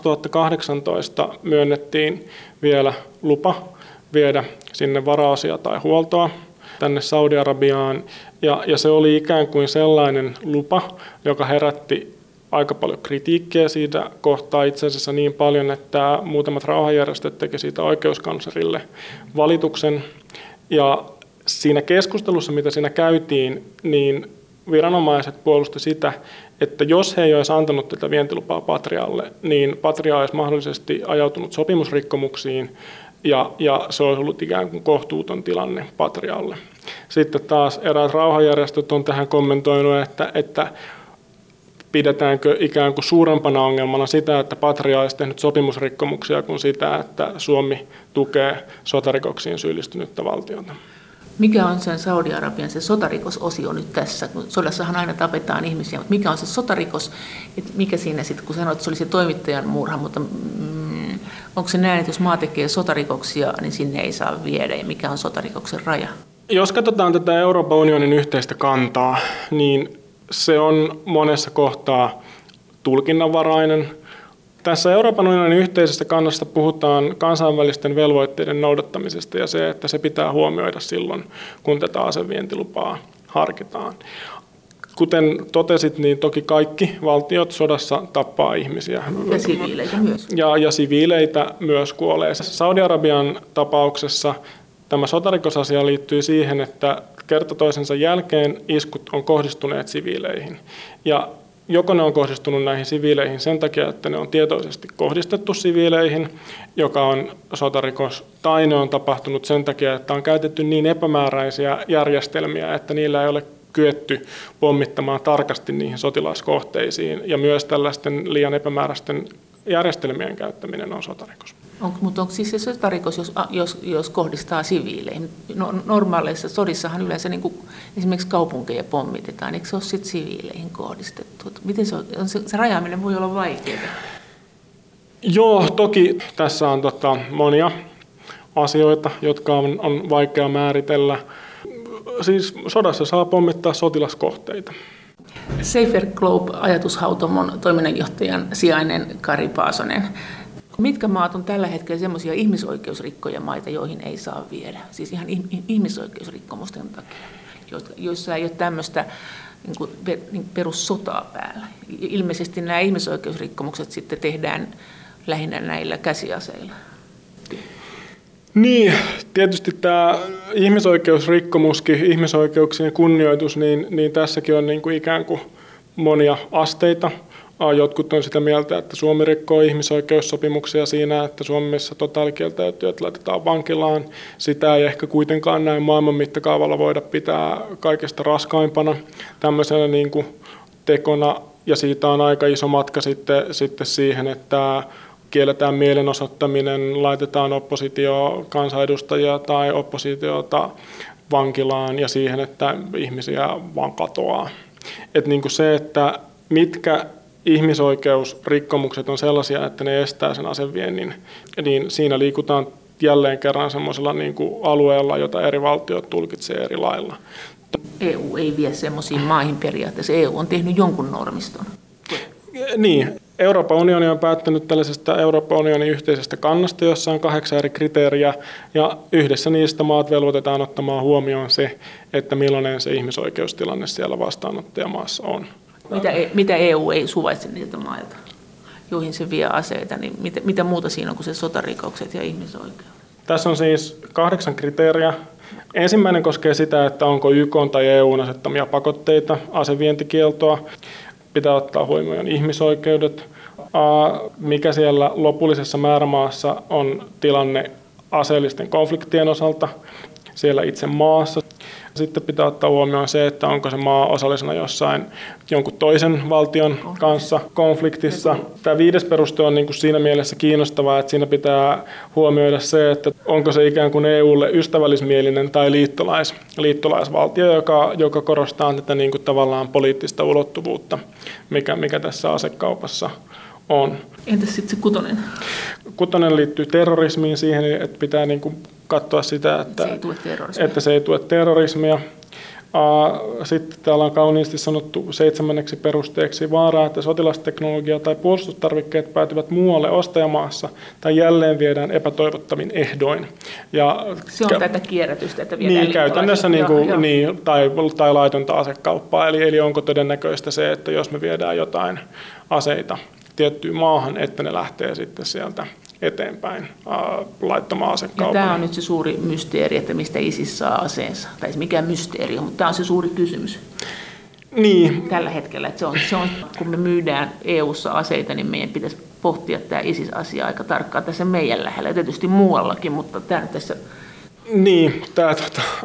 Speaker 2: 2018 myönnettiin vielä lupa viedä sinne varaosia tai huoltoa tänne Saudi-Arabiaan. Ja se oli ikään kuin sellainen lupa, joka herätti aika paljon kritiikkiä siitä kohtaa, itse asiassa niin paljon, että muutamat rauhanjärjestöt teki siitä oikeuskanslerille valituksen. Ja siinä keskustelussa, mitä siinä käytiin, niin viranomaiset puolusti sitä, että jos he ei olisi antanut tätä vientilupaa Patrialle, niin Patria olisi mahdollisesti ajautunut sopimusrikkomuksiin ja se olisi ollut ikään kuin kohtuuton tilanne Patrialle. Sitten taas eräät rauhanjärjestöt on tähän kommentoinut, että pidetäänkö ikään kuin suurempana ongelmana sitä, että Patria olisi tehnyt sopimusrikkomuksia kuin sitä, että Suomi tukee sotarikoksiin syyllistynyttä valtiota.
Speaker 3: Mikä on sen Saudi-Arabian se sotarikososio nyt tässä? Sodassahan aina tapetaan ihmisiä, mutta mikä on se sotarikos? Et mikä siinä sitten, kun sanoit, että se oli se toimittajan murha, mutta onko se näin, että jos maa tekee sotarikoksia, niin sinne ei saa viedä, ja mikä on sotarikoksen raja?
Speaker 2: Jos katsotaan tätä Euroopan unionin yhteistä kantaa, niin se on monessa kohtaa tulkinnanvarainen. Tässä Euroopan unionin yhteisessä kannassa puhutaan kansainvälisten velvoitteiden noudattamisesta ja se, että se pitää huomioida silloin, kun tätä asevientilupaa harkitaan. Kuten totesit, niin toki kaikki valtiot sodassa tappaa ihmisiä.
Speaker 3: Ja siviileitä myös.
Speaker 2: Ja siviileitä myös kuolee. Saudi-Arabian tapauksessa tämä sotarikosasia liittyy siihen, että kerta toisensa jälkeen iskut on kohdistuneet siviileihin. Ja joko ne on kohdistunut näihin siviileihin sen takia, että ne on tietoisesti kohdistettu siviileihin, joka on sotarikos, tai ne on tapahtunut sen takia, että on käytetty niin epämääräisiä järjestelmiä, että niillä ei ole kyetty pommittamaan tarkasti niihin sotilaskohteisiin, ja myös tällaisten liian epämääräisten järjestelmien käyttäminen on sotarikos.
Speaker 3: Mutta onko siis se sotarikos, jos kohdistaa siviileihin? Normaaleissa sodissahan yleensä niin kuin esimerkiksi kaupunkeja pommitetaan, eikö se ole sitten siviileihin kohdistettu? Miten se rajaaminen voi olla vaikeaa?
Speaker 2: Joo, toki tässä on monia asioita, jotka on vaikea määritellä. Siis sodassa saa pommittaa sotilaskohteita.
Speaker 3: Safer Globe-ajatushautomon toiminnanjohtajan sijainen Kari Paasonen. Mitkä maat on tällä hetkellä sellaisia ihmisoikeusrikkoja maita, joihin ei saa viedä? Siis ihan ihmisoikeusrikkomusten takia, joissa ei ole tämmöistä niin perussotaa päällä. Ilmeisesti nämä ihmisoikeusrikkomukset sitten tehdään lähinnä näillä käsiaseilla.
Speaker 2: Niin, tietysti tämä ihmisoikeusrikkomuskin, ihmisoikeuksien kunnioitus, niin tässäkin on niin kuin ikään kuin monia asteita. Jotkut on sitä mieltä, että Suomi rikkoo ihmisoikeussopimuksia siinä, että Suomessa totaalikieltäytyjät laitetaan vankilaan. Sitä ei ehkä kuitenkaan näin maailman mittakaavalla voida pitää kaikesta raskaimpana tämmöisenä niin kuin tekona. Ja siitä on aika iso matka sitten siihen, että kielletään mielenosoittaminen, laitetaan oppositiokansanedustajia tai oppositiota vankilaan ja siihen, että ihmisiä vaan katoaa. Että niin kuin se, että mitkä ihmisoikeusrikkomukset on sellaisia, että ne estää sen aseviennin, niin siinä liikutaan jälleen kerran semmoisella niin kuin alueella, jota eri valtiot tulkitsee eri lailla.
Speaker 3: EU ei vie semmoisiin maihin periaatteessa. EU on tehnyt jonkun normiston.
Speaker 2: Niin. Euroopan unioni on päättänyt tällaisesta Euroopan unionin yhteisestä kannasta, jossa on 8 eri kriteeriä, ja yhdessä niistä maat velvoitetaan ottamaan huomioon se, että millainen se ihmisoikeustilanne siellä vastaanottajamaassa on.
Speaker 3: Mitä EU ei suvaitse niiltä mailta, joihin se vie aseita, niin mitä muuta siinä on kuin se sotarikokset ja ihmisoikeudet?
Speaker 2: Tässä on siis 8 kriteeriä. Ensimmäinen koskee sitä, että onko YK tai EUn asettamia pakotteita, asevientikieltoa. Pitää ottaa huomioon ihmisoikeudet, mikä siellä lopullisessa määrämaassa on tilanne aseellisten konfliktien osalta siellä itse maassa. Sitten pitää ottaa huomioon se, että onko se maa osallisena jossain jonkun toisen valtion kanssa konfliktissa. Tämä 5. peruste on niin kuin siinä mielessä kiinnostavaa, että siinä pitää huomioida se, että onko se ikään kuin EUlle ystävällismielinen tai liittolaisvaltio, joka korostaa tätä niin kuin tavallaan poliittista ulottuvuutta, mikä tässä asekaupassa on.
Speaker 3: Entäs sitten se 6?
Speaker 2: 6 liittyy terrorismiin, siihen, että pitää niin kuin katsoa sitä, että se ei tue terrorismia. Sitten täällä on kauniisti sanottu 7. perusteeksi vaaraa, että sotilasteknologia tai puolustustarvikkeet päätyvät muualle ostajamaassa tai jälleen viedään epätoivottavin ehdoin. Ja
Speaker 3: se on tätä kierrätystä, että viedään
Speaker 2: käytännössä tai laitonta asekauppaa. Eli onko todennäköistä se, että jos me viedään jotain aseita tiettyyn maahan, että ne lähtee sitten sieltä eteenpäin laittomaan asekauppaan.
Speaker 3: Tämä on nyt se suuri mysteeri, että mistä ISIS saa aseensa. Tai mikä mysteeri on, mutta tämä on se suuri kysymys.
Speaker 2: Niin.
Speaker 3: Tällä hetkellä. Että se on, kun me myydään EU:ssa aseita, niin meidän pitäisi pohtia tämä ISIS-asia aika tarkkaan tässä meidän lähellä. Ja tietysti muuallakin, mutta tämä nyt tässä...
Speaker 2: Niin, tämä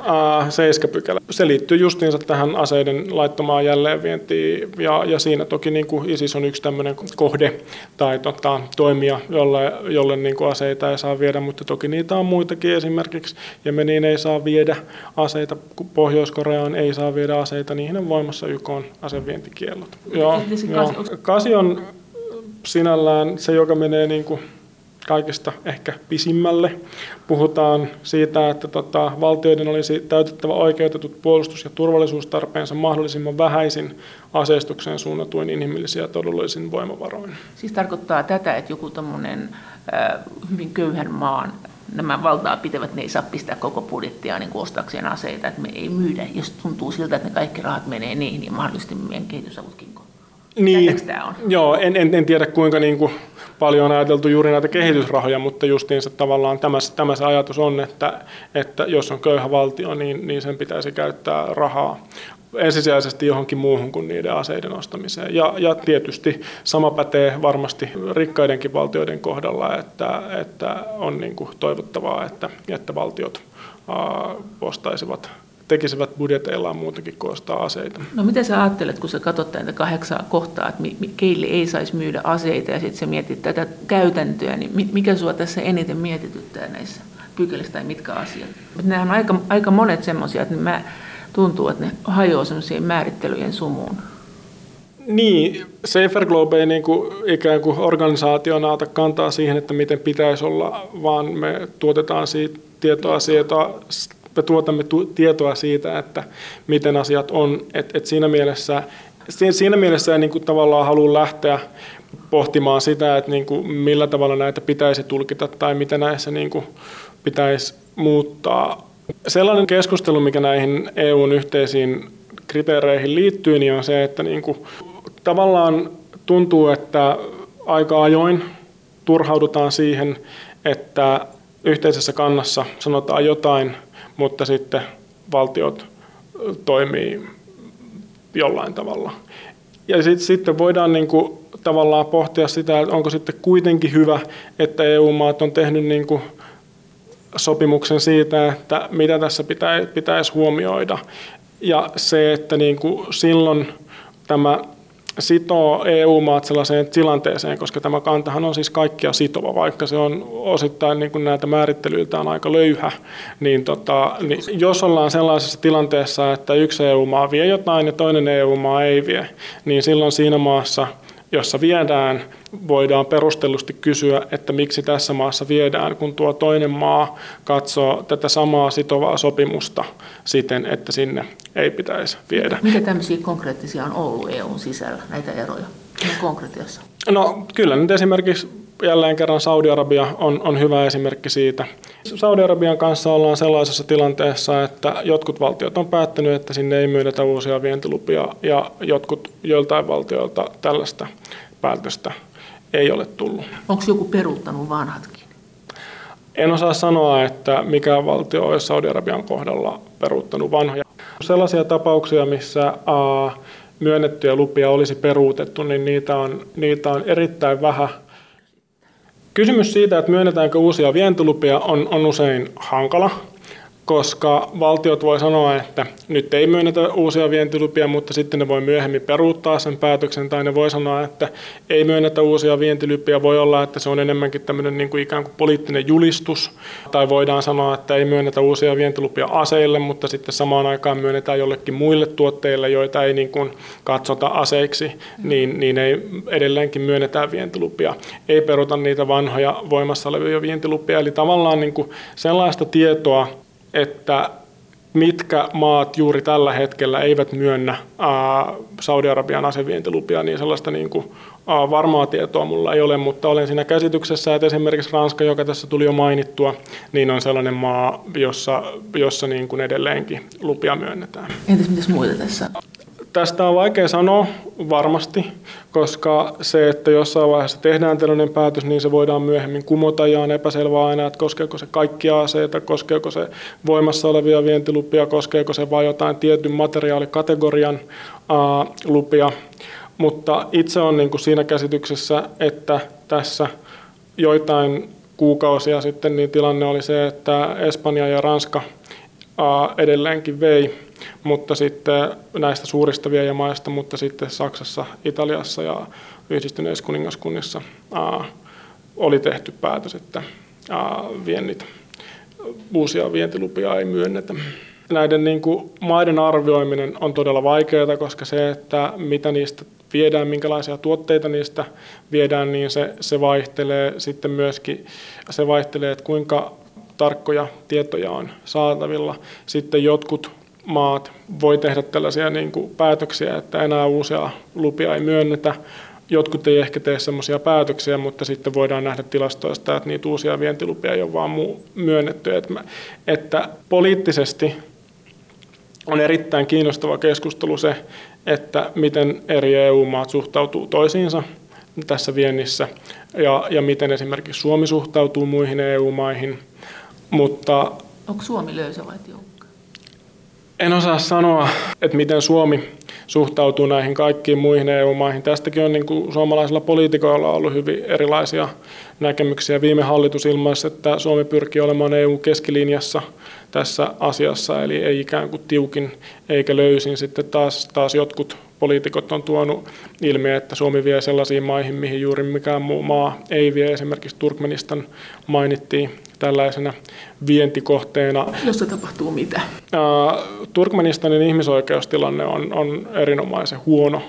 Speaker 2: 7 pykälä. Se liittyy justiinsa tähän aseiden laittomaan jälleenvientiin, ja siinä toki niin kuin ISIS on yksi tämmöinen kohde tai toimija, jolle niin kuin aseita ei saa viedä, mutta toki niitä on muitakin, esimerkiksi Jemeniin ei saa viedä aseita, Pohjois-Koreaan ei saa viedä aseita, niihin on voimassa YK:n asevientikiellot. Kasi on sinällään se, joka menee niin kuin kaikista ehkä pisimmälle. Puhutaan siitä, että valtioiden olisi täytettävä oikeutetut puolustus- ja turvallisuustarpeensa mahdollisimman vähäisin aseistukseen suunnatuin inhimillisiä ja todellisin voimavaroin.
Speaker 3: Siis tarkoittaa tätä, että joku tämmöinen hyvin köyhän maan nämä valtaa pitävät, ne ei saa pistää koko budjettia niin ostaakseen aseita, että me ei myydä, jos tuntuu siltä, että ne kaikki rahat menee niihin ja mahdollisesti meidän kehitysavutkin.
Speaker 2: Niin, joo, en tiedä kuinka niin kuin paljon on ajateltu juuri näitä kehitysrahoja, mutta justiinsa tavallaan tämä se ajatus on, että jos on köyhä valtio, niin sen pitäisi käyttää rahaa ensisijaisesti johonkin muuhun kuin niiden aseiden ostamiseen. Ja tietysti sama pätee varmasti rikkaidenkin valtioiden kohdalla, että on niin kuin toivottavaa, että valtiot tekisivät budjeteillaan muutakin kuin ostaa aseita.
Speaker 3: No mitä sä ajattelet, kun sä katsot näitä 8 kohtaa, että keille ei saisi myydä aseita ja sitten sä mietit tätä käytäntöä, niin mikä sua tässä eniten mietityttää näissä pykälissä tai mitkä asiat? Nämä on aika monet semmoisia, että tuntuu, että ne hajoaa semmoisiin määrittelyjen sumuun.
Speaker 2: Niin, Safer Globe ei niin kuin ikään kuin organisaationa ota kantaa siihen, että miten pitäisi olla, vaan me tuotetaan tietoa siitä, että miten asiat on. Et siinä mielessä ei niin kuin tavallaan halua lähteä pohtimaan sitä, että niin kuin millä tavalla näitä pitäisi tulkita tai mitä näissä niin kuin pitäisi muuttaa. Sellainen keskustelu, mikä näihin EUn yhteisiin kriteereihin liittyy, niin on se, että niin kuin tavallaan tuntuu, että aika ajoin turhaudutaan siihen, että yhteisessä kannassa sanotaan jotain, mutta sitten valtiot toimii jollain tavalla. Ja sitten voidaan niin kuin tavallaan pohtia sitä, että onko sitten kuitenkin hyvä, että EU-maat on tehnyt niin kuin sopimuksen siitä, että mitä tässä pitäisi huomioida. Ja se, että niin kuin silloin tämä sitoo EU-maat sellaiseen tilanteeseen, koska tämä kantahan on siis kaikkia sitova, vaikka se on osittain niin kuin näitä määrittelyiltään aika löyhä, niin jos ollaan sellaisessa tilanteessa, että yksi EU-maa vie jotain ja toinen EU-maa ei vie, niin silloin siinä maassa, jossa viedään, voidaan perustellusti kysyä, että miksi tässä maassa viedään, kun tuo toinen maa katsoo tätä samaa sitovaa sopimusta siten, että sinne ei pitäisi viedä.
Speaker 3: Mitä tämmöisiä konkreettisia on ollut EUn sisällä, näitä eroja konkretiassa?
Speaker 2: No kyllä nyt esimerkiksi jälleen kerran Saudi-Arabia on hyvä esimerkki siitä. Saudi-Arabian kanssa ollaan sellaisessa tilanteessa, että jotkut valtiot on päättänyt, että sinne ei myönnetä uusia vientilupia ja joiltain valtioilta tällaista päätöstä ei ole tullut.
Speaker 3: Onko joku peruuttanut vanhatkin?
Speaker 2: En osaa sanoa, että mikä valtio olisi Saudi-Arabian kohdalla peruuttanut vanhoja. Sellaisia tapauksia, missä myönnettyjä lupia olisi peruutettu, niin niitä on erittäin vähän. Kysymys siitä, että myönnetäänkö uusia vientilupia, on usein hankala, koska valtiot voi sanoa, että nyt ei myönnetä uusia vientilupia, mutta sitten ne voi myöhemmin peruuttaa sen päätöksen, tai ne voi sanoa, että ei myönnetä uusia vientilupia. Voi olla, että se on enemmänkin tämmöinen niin kuin ikään kuin poliittinen julistus, tai voidaan sanoa, että ei myönnetä uusia vientilupia aseille, mutta sitten samaan aikaan myönnetään jollekin muille tuotteille, joita ei niin kuin katsota aseiksi, niin ei edelleenkin myönnetään vientilupia. Ei peruta niitä vanhoja voimassa olevia vientilupia, eli tavallaan niin kuin sellaista tietoa, että mitkä maat juuri tällä hetkellä eivät myönnä Saudi-Arabian asevientilupia, niin sellaista niin kuin varmaa tietoa mulla ei ole, mutta olen siinä käsityksessä, että esimerkiksi Ranska, joka tässä tuli jo mainittua, niin on sellainen maa, jossa niin kuin edelleenkin lupia myönnetään.
Speaker 3: Entäs mitäs muita tässä on?
Speaker 2: Tästä on vaikea sanoa varmasti, koska se, että jossain vaiheessa tehdään tällainen päätös, niin se voidaan myöhemmin kumota ja on epäselvää aina, että koskeeko se kaikkia aseita, koskeeko se voimassa olevia vientilupia, koskeeko se vain jotain tietyn materiaalikategorian lupia. Mutta itse on niin kuin siinä käsityksessä, että tässä joitain kuukausia sitten niin tilanne oli se, että Espanja ja Ranska edelleenkin vei, mutta sitten näistä suurista viejämaista, mutta sitten Saksassa, Italiassa ja Yhdistyneissä kuningaskunnissa oli tehty päätös, että uusia vientilupia ei myönnetä. Näiden niin kuin maiden arvioiminen on todella vaikeaa, koska se, että mitä niistä viedään, minkälaisia tuotteita niistä viedään, niin se vaihtelee sitten myöskin, se vaihtelee, että kuinka tarkkoja tietoja on saatavilla. Sitten jotkut maat voi tehdä tällaisia niin kuin päätöksiä, että enää uusia lupia ei myönnetä. Jotkut ei ehkä tee semmoisia päätöksiä, mutta sitten voidaan nähdä tilastoista, että niitä uusia vientilupia ei ole vaan myönnetty. Että poliittisesti on erittäin kiinnostava keskustelu se, että miten eri EU-maat suhtautuu toisiinsa tässä viennissä ja miten esimerkiksi Suomi suhtautuu muihin EU-maihin. Mutta
Speaker 3: onko Suomi löysä vai tiukka?
Speaker 2: En osaa sanoa, että miten Suomi suhtautuu näihin kaikkiin muihin EU-maihin. Tästäkin on niin kuin suomalaisilla poliitikoilla ollut hyvin erilaisia näkemyksiä. Viime hallitus ilmaisi, että Suomi pyrkii olemaan EU-keskilinjassa tässä asiassa, eli ei ikään kuin tiukin eikä löysin. Sitten taas jotkut poliitikot on tuonut ilmi, että Suomi vie sellaisiin maihin, mihin juuri mikään muu maa ei vie. Esimerkiksi Turkmenistan mainittiin tällaisena vientikohteena.
Speaker 3: Jossa tapahtuu mitä?
Speaker 2: Turkmenistanin ihmisoikeustilanne on erinomaisen huono.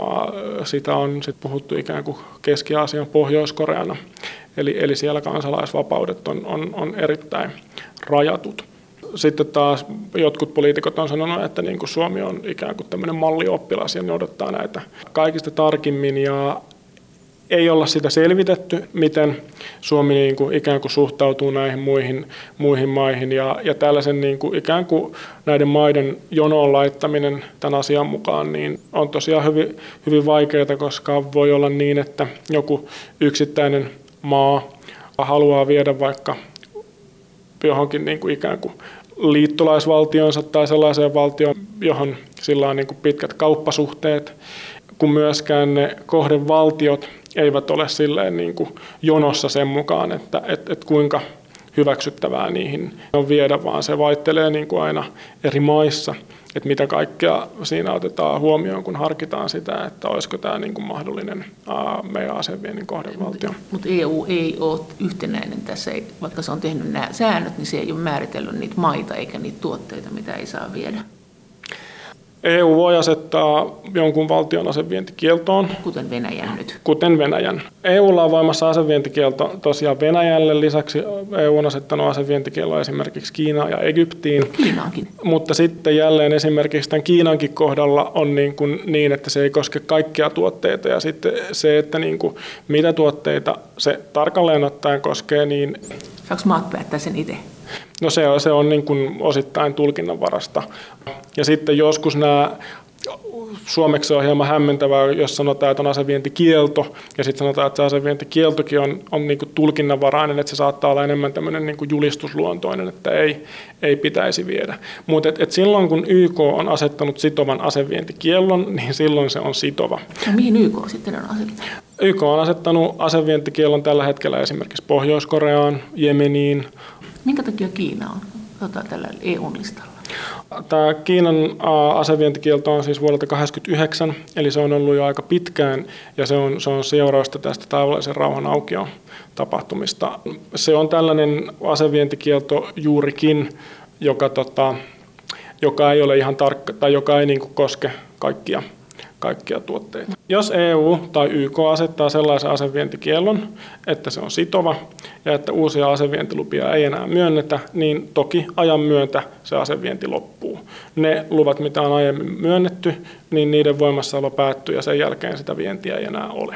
Speaker 2: Sitä on sit puhuttu ikään kuin Keski-Aasian Pohjois-Koreana. Eli siellä kansalaisvapaudet on erittäin rajatut. Sitten taas jotkut poliitikot on sanonut, että niin kuin Suomi on ikään kuin tämmöinen mallioppilas ja ne odottaa näitä kaikista tarkimmin. Ja ei olla sitä selvitetty, miten Suomi niin kuin ikään kuin suhtautuu näihin muihin maihin. Ja tällaisen niin kuin ikään kuin näiden maiden jonoon laittaminen tämän asian mukaan niin on tosiaan hyvin, hyvin vaikeaa, koska voi olla niin, että joku yksittäinen maa haluaa viedä vaikka johonkin niin kuin ikään kuin liittolaisvaltionsa tai sellaiseen valtioon, johon sillä on niin kuin pitkät kauppasuhteet, kun myöskään ne kohdevaltiot eivät ole silleen niin kuin jonossa sen mukaan, että kuinka hyväksyttävää niihin on viedä, vaan se vaihtelee niin kuin aina eri maissa, että mitä kaikkea siinä otetaan huomioon, kun harkitaan sitä, että olisiko tämä niin kuin mahdollinen meidän aseviennin kohdevaltio.
Speaker 3: Mutta EU ei ole yhtenäinen tässä, vaikka se on tehnyt nämä säännöt, niin se ei ole määritellyt niitä maita eikä niitä tuotteita, mitä ei saa viedä.
Speaker 2: EU voi asettaa jonkun valtion asevientikieltoon.
Speaker 3: Kuten Venäjän nyt.
Speaker 2: Kuten Venäjän. EUlla on voimassa asevientikielto tosiaan Venäjälle. Lisäksi EU on asettanut asevientikieltoa esimerkiksi Kiinaan ja Egyptiin.
Speaker 3: Kiinaankin.
Speaker 2: Mutta sitten jälleen esimerkiksi tämän Kiinankin kohdalla on niin, että se ei koske kaikkia tuotteita. Ja sitten se, että niin kuin, mitä tuotteita se tarkalleen ottaen koskee, niin
Speaker 3: saako maat päättää sen itse?
Speaker 2: No se on niin kuin osittain tulkinnanvarasta. Ja sitten joskus nämä, suomeksi on hieman hämmentävää, jos sanotaan, että on asevientikielto, ja sitten sanotaan, että se asevientikieltokin on niin kuin tulkinnanvarainen, että se saattaa olla enemmän tämmöinen niin kuin julistusluontoinen, että ei pitäisi viedä. Mutta silloin, kun YK on asettanut sitovan asevientikiellon, niin silloin se on sitova.
Speaker 3: No mihin YK sitten on asettanut?
Speaker 2: YK on asettanut asevientikiellon tällä hetkellä esimerkiksi Pohjois-Koreaan, Jemeniin.
Speaker 3: Minkä takia Kiina on tällä EU-listalla?
Speaker 2: Tämä Kiinan asevientikielto on siis vuodelta 1989, eli se on ollut jo aika pitkään, ja se on seurausta tästä taivaallisen rauhan aukion tapahtumista. Se on tällainen asevientikielto juurikin, joka ei ole ihan tarkka, tai joka ei niin kuin koske kaikkia tuotteita. Jos EU tai YK asettaa sellaisen asevientikiellon, että se on sitova ja että uusia asevientilupia ei enää myönnetä, niin toki ajan myötä se asevienti loppuu. Ne luvat, mitä on aiemmin myönnetty, niin niiden voimassaolo päättyy ja sen jälkeen sitä vientiä ei enää ole.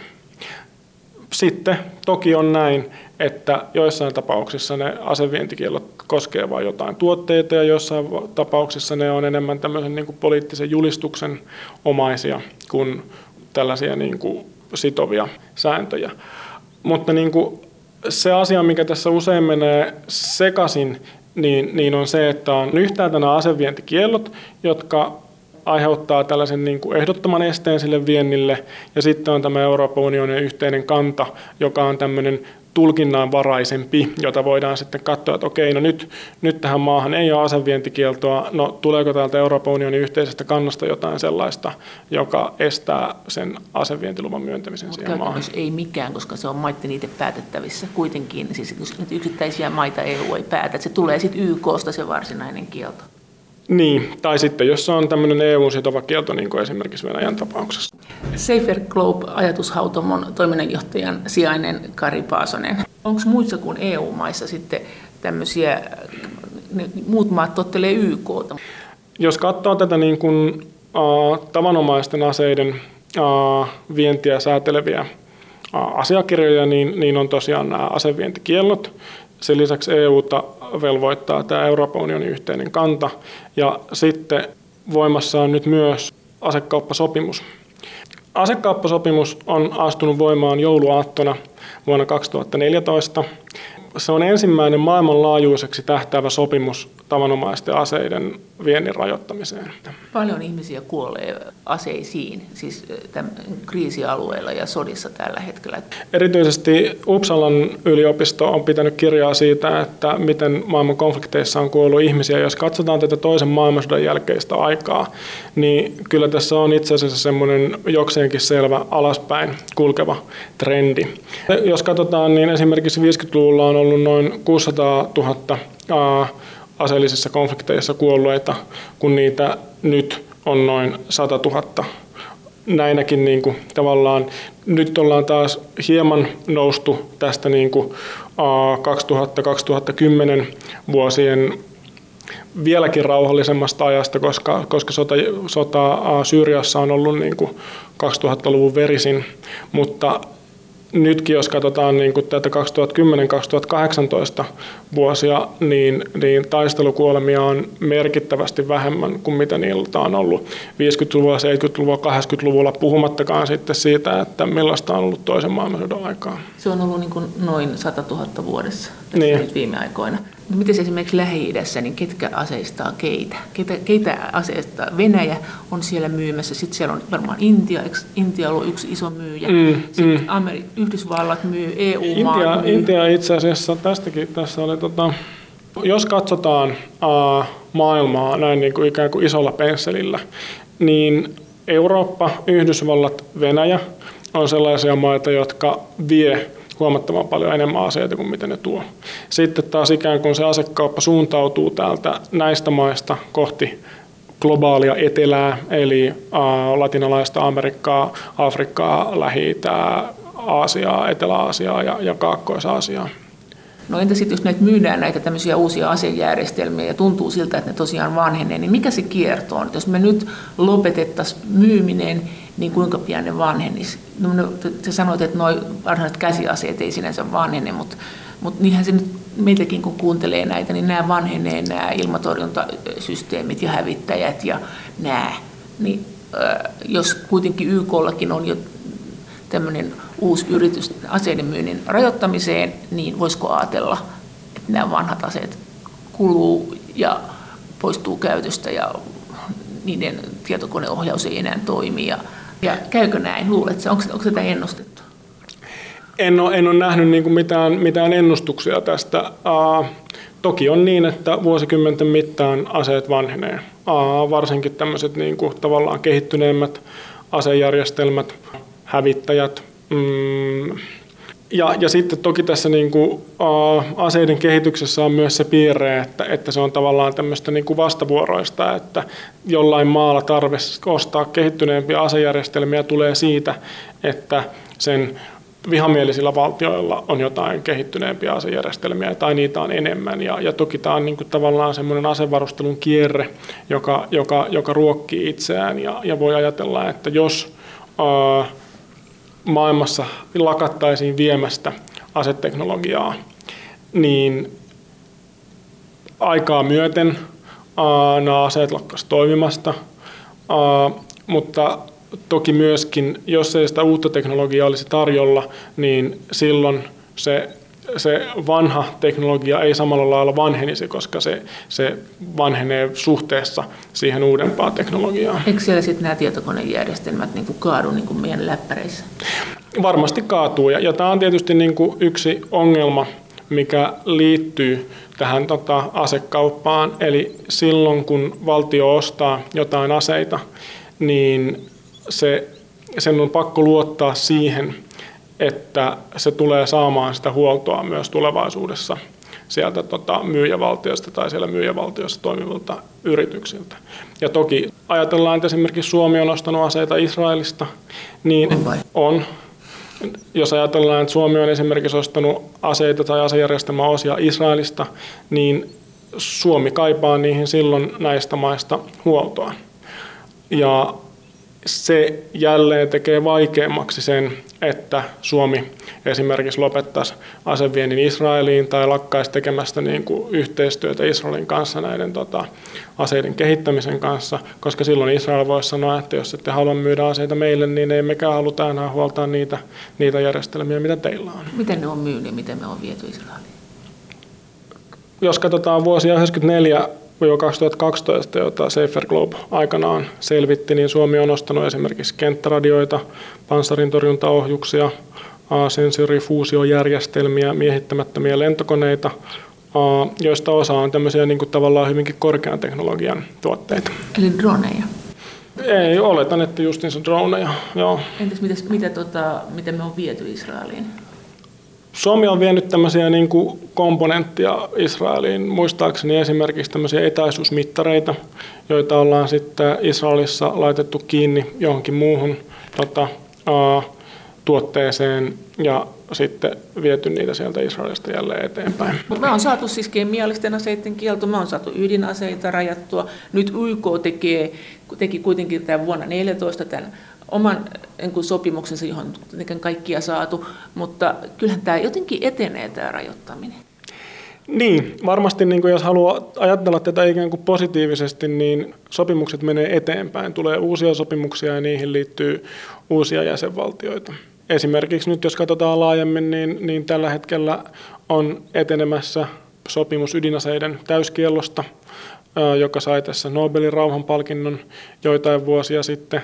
Speaker 2: Sitten toki on näin, että joissain tapauksissa ne asevientikiellot koskee vain jotain tuotteita ja joissain tapauksissa ne on enemmän tämmöisen niin kuin poliittisen julistuksen omaisia kuin tällaisia niin kuin sitovia sääntöjä. Mutta niin kuin se asia, mikä tässä usein menee sekaisin, niin on se, että on yhtäältä nämä asevientikiellot, jotka aiheuttaa tällaisen niin kuin ehdottoman esteen sille viennille, ja sitten on tämä Euroopan unionin yhteinen kanta, joka on tämmöinen tulkinnanvaraisempi, jota voidaan sitten katsoa, että okei, no nyt tähän maahan ei ole asevientikieltoa, no tuleeko täältä Euroopan unionin yhteisestä kannasta jotain sellaista, joka estää sen asevientiluvan myöntämisen siihen maahan?
Speaker 3: Ei mikään, koska se on maiden itse päätettävissä kuitenkin, siis yksittäisiä maita EU ei päätä, että se tulee sitten YKsta se varsinainen kielto.
Speaker 2: Niin, tai sitten jos on tämmöinen EU-sitova kielto, niin kuin esimerkiksi Venäjän tapauksessa.
Speaker 3: Safer Globe-ajatushautomon toiminnanjohtajan sijainen Kari Paasonen. Onko muissa kuin EU-maissa sitten tämmöisiä, muut maat tottelee YK:ta?
Speaker 2: Jos katsoo tätä niin kuin, tavanomaisten aseiden vientiä sääteleviä asiakirjoja, niin on tosiaan nämä asevientikiellot. Sen lisäksi EUta velvoittaa tämä Euroopan unionin yhteinen kanta, ja sitten voimassa on nyt myös asekauppasopimus. Asekauppasopimus on astunut voimaan jouluaattona vuonna 2014. Se on ensimmäinen maailmanlaajuiseksi tähtäävä sopimus tavanomaisten aseiden viennin rajoittamiseen.
Speaker 3: Paljon ihmisiä kuolee aseisiin, siis kriisialueilla ja sodissa tällä hetkellä.
Speaker 2: Erityisesti Uppsalan yliopisto on pitänyt kirjaa siitä, että miten maailman konflikteissa on kuollut ihmisiä. Jos katsotaan tätä toisen maailmansodan jälkeistä aikaa, niin kyllä tässä on itse asiassa semmoinen jokseenkin selvä alaspäin kulkeva trendi. Jos katsotaan, niin esimerkiksi 50-luvulla on ollut noin 600 000 aseellisissa konflikteissa kuolleita, kun niitä nyt on noin 100 000. Näinäkin niin kuin, tavallaan nyt ollaan taas hieman noustu tästä niin kuin, 2000-2010 vuosien vieläkin rauhallisemmasta ajasta, koska sota Syyriassa on ollut niin kuin 2000-luvun verisin, mutta nytkin, jos katsotaan niin kuin tätä 2010-2018 vuosia, niin taistelukuolemia on merkittävästi vähemmän kuin mitä niiltä on ollut 50-luvulla, 70-luvulla, 80-luvulla, puhumattakaan sitten siitä, että millaista on ollut toisen maailmansodan aikaa.
Speaker 3: Se on ollut niin kuin noin 100 000 vuodessa
Speaker 2: niin.
Speaker 3: Nyt viime aikoina. No, miten esimerkiksi Lähi-idässä, niin ketkä aseistaa keitä? Keitä aseistaa? Venäjä on siellä myymässä, sitten siellä on varmaan Intia, Intia on ollut yksi iso myyjä, sitten Yhdysvallat myy, EU-maat myy.
Speaker 2: Intia itse asiassa, tästäkin tässä oli, jos katsotaan maailmaa näin niin kuin ikään kuin isolla pensselillä, niin Eurooppa, Yhdysvallat, Venäjä on sellaisia maita, jotka vie huomattavan paljon enemmän aseita kuin mitä ne tuo. Sitten taas ikään kuin se asekauppa suuntautuu täältä näistä maista kohti globaalia etelää, eli latinalaista Amerikkaa, Afrikkaa, Lähi-itää, Aasiaa, Etelä-Aasiaa ja Kaakkois-Aasiaa.
Speaker 3: No entä sitten, jos näitä myydään näitä tämmöisiä uusia asejärjestelmiä ja tuntuu siltä, että ne tosiaan vanhenee, niin mikä se kierto on? Jos me nyt lopetettaisiin myyminen, niin kuinka pian ne vanhenisi? No, sä sanoit, että nuo varsinaiset käsiaseet ei sinänsä vanhene, mutta niinhän se nyt meiltäkin kun kuuntelee näitä, niin nämä vanhenee, nämä ilmatorjuntasysteemit ja hävittäjät ja nämä. Niin, jos kuitenkin YK:llakin on jo tämmöinen uusi yritys aseiden myynnin rajoittamiseen, niin voisiko ajatella, että nämä vanhat aseet kuluu ja poistuu käytöstä ja niiden tietokoneohjaus ei enää toimi. Ja käykö näin? Luuletko, onko tätä ennustettu?
Speaker 2: En ole nähnyt niin kuin mitään ennustuksia tästä. Toki on niin, että vuosikymmenten mittaan aseet vanhenee. Varsinkin tämmöiset niin kuin tavallaan kehittyneemmät asejärjestelmät, hävittäjät. Ja sitten toki tässä niin kuin, aseiden kehityksessä on myös se piirre, että se on tavallaan tämmöistä niin kuin vastavuoroista, että jollain maalla tarve ostaa kehittyneempiä asejärjestelmiä tulee siitä, että sen vihamielisillä valtioilla on jotain kehittyneempiä asejärjestelmiä tai niitä on enemmän. Ja toki tämä on niin kuin tavallaan semmoinen asevarustelun kierre, joka ruokkii itseään ja voi ajatella, että jos maailmassa lakattaisiin viemästä aseteknologiaa, niin aikaa myöten nämä aseet lakkasivat toimimasta, mutta toki myöskin, jos ei sitä uutta teknologiaa olisi tarjolla, niin silloin se vanha teknologia ei samalla lailla vanhenisi, koska se vanhenee suhteessa siihen uudempaan teknologiaan.
Speaker 3: Eikö siellä sitten nämä tietokonejärjestelmät niin kuin kaadu niin kuin meidän läppäreissä?
Speaker 2: Varmasti kaatuu, ja tämä on tietysti niin kuin yksi ongelma, mikä liittyy tähän asekauppaan. Eli silloin, kun valtio ostaa jotain aseita, niin sen on pakko luottaa siihen, että se tulee saamaan sitä huoltoa myös tulevaisuudessa sieltä myyjävaltiosta tai siellä myyjävaltiossa toimivilta yrityksiltä. Ja toki ajatellaan, että esimerkiksi Suomi on ostanut aseita Israelista, niin on. Jos ajatellaan, että Suomi on esimerkiksi ostanut aseita tai asejärjestelmäosia Israelista, niin Suomi kaipaa niihin silloin näistä maista huoltoa. Ja se jälleen tekee vaikeammaksi sen, että Suomi esimerkiksi lopettaisi aseviennin Israeliin tai lakkaisi tekemästä niin kuin yhteistyötä Israelin kanssa näiden aseiden kehittämisen kanssa, koska silloin Israel voisi sanoa, että jos ette halua myydä aseita meille, niin ei mekään haluta enää huoltaa niitä järjestelmiä, mitä teillä on.
Speaker 3: Miten ne on myynyt ja miten me on viety Israeliin?
Speaker 2: Jos katsotaan vuosia 1994–2012, jota Safer Globe aikanaan selvitti, niin Suomi on ostanut esimerkiksi kenttäradioita, panssarintorjuntaohjuksia, sensorifuusiojärjestelmiä, miehittämättömiä lentokoneita, joista osa on tämmöisiä niin kuin tavallaan hyvinkin korkean teknologian tuotteita.
Speaker 3: Eli droneja?
Speaker 2: Ei, oletan, että justiinsa droneja, joo.
Speaker 3: Entäs miten me on viety Israeliin?
Speaker 2: Suomi on vienyt tämmöisiä niin kuin komponentteja Israeliin, muistaakseni esimerkiksi tämmöisiä etäisyysmittareita, joita ollaan sitten Israelissa laitettu kiinni johonkin muuhun tuotteeseen ja sitten viety niitä sieltä Israelista jälleen eteenpäin.
Speaker 3: Me on saatu siis kemiallisten aseiden kielto, me on saatu ydinaseita rajattua. Nyt YK teki kuitenkin tämän vuonna 2014 tämän oman sopimuksensa, johon on kaikkia saatu, mutta kyllähän tämä jotenkin etenee tämä rajoittaminen.
Speaker 2: Niin, varmasti niin jos haluaa ajatella tätä ikään kuin positiivisesti, niin sopimukset menee eteenpäin. Tulee uusia sopimuksia ja niihin liittyy uusia jäsenvaltioita. Esimerkiksi nyt jos katsotaan laajemmin, niin tällä hetkellä on etenemässä sopimus ydinaseiden täyskiellosta, joka sai tässä Nobelin rauhanpalkinnon joitain vuosia sitten.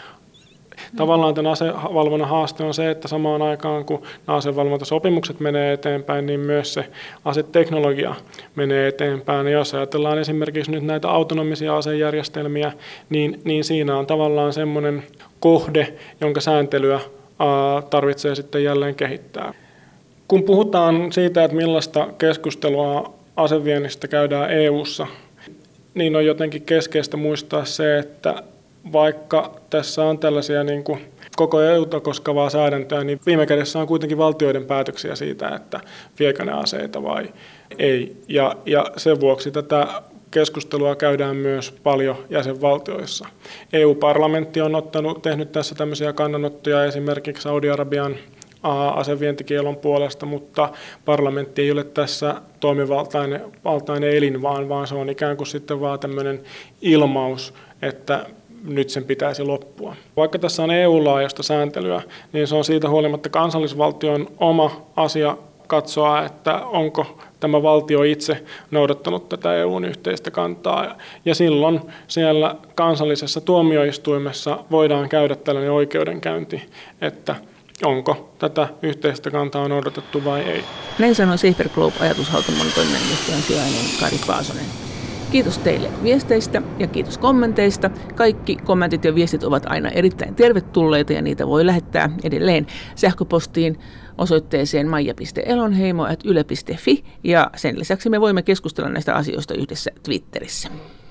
Speaker 2: Tavallaan tämän asevalvonnan haaste on se, että samaan aikaan kun nämä asevalvontasopimukset menee eteenpäin, niin myös se aseteknologia menee eteenpäin. Ja jos ajatellaan esimerkiksi nyt näitä autonomisia asejärjestelmiä, niin siinä on tavallaan semmoinen kohde, jonka sääntelyä tarvitsee sitten jälleen kehittää. Kun puhutaan siitä, että millaista keskustelua aseviennistä käydään EU:ssa, niin on jotenkin keskeistä muistaa se, että vaikka tässä on tällaisia niin kuin koko EUta koskevaa säädäntöä, niin viime kädessä on kuitenkin valtioiden päätöksiä siitä, että viekö ne aseita vai ei. Ja sen vuoksi tätä keskustelua käydään myös paljon jäsenvaltioissa. EU-parlamentti on tehnyt tässä tämmöisiä kannanottoja esimerkiksi Saudi-Arabian asevientikielon puolesta, mutta parlamentti ei ole tässä toimivaltainen elin, vaan se on ikään kuin sitten vaan tämmöinen ilmaus, että nyt sen pitäisi loppua. Vaikka tässä on EU-laajuista sääntelyä, niin se on siitä huolimatta kansallisvaltion oma asia katsoa, että onko tämä valtio itse noudattanut tätä EUn yhteistä kantaa. Ja silloin siellä kansallisessa tuomioistuimessa voidaan käydä tällainen oikeudenkäynti, että onko tätä yhteistä kantaa noudatettu vai ei.
Speaker 3: Näin sanoi Safer Globe-ajatushautomon toiminnanjohtajan sijainen Kari Paasonen. Kiitos teille viesteistä ja kiitos kommenteista. Kaikki kommentit ja viestit ovat aina erittäin tervetulleita ja niitä voi lähettää edelleen sähköpostiin osoitteeseen maija.elonheimo@yle.fi ja sen lisäksi me voimme keskustella näistä asioista yhdessä Twitterissä.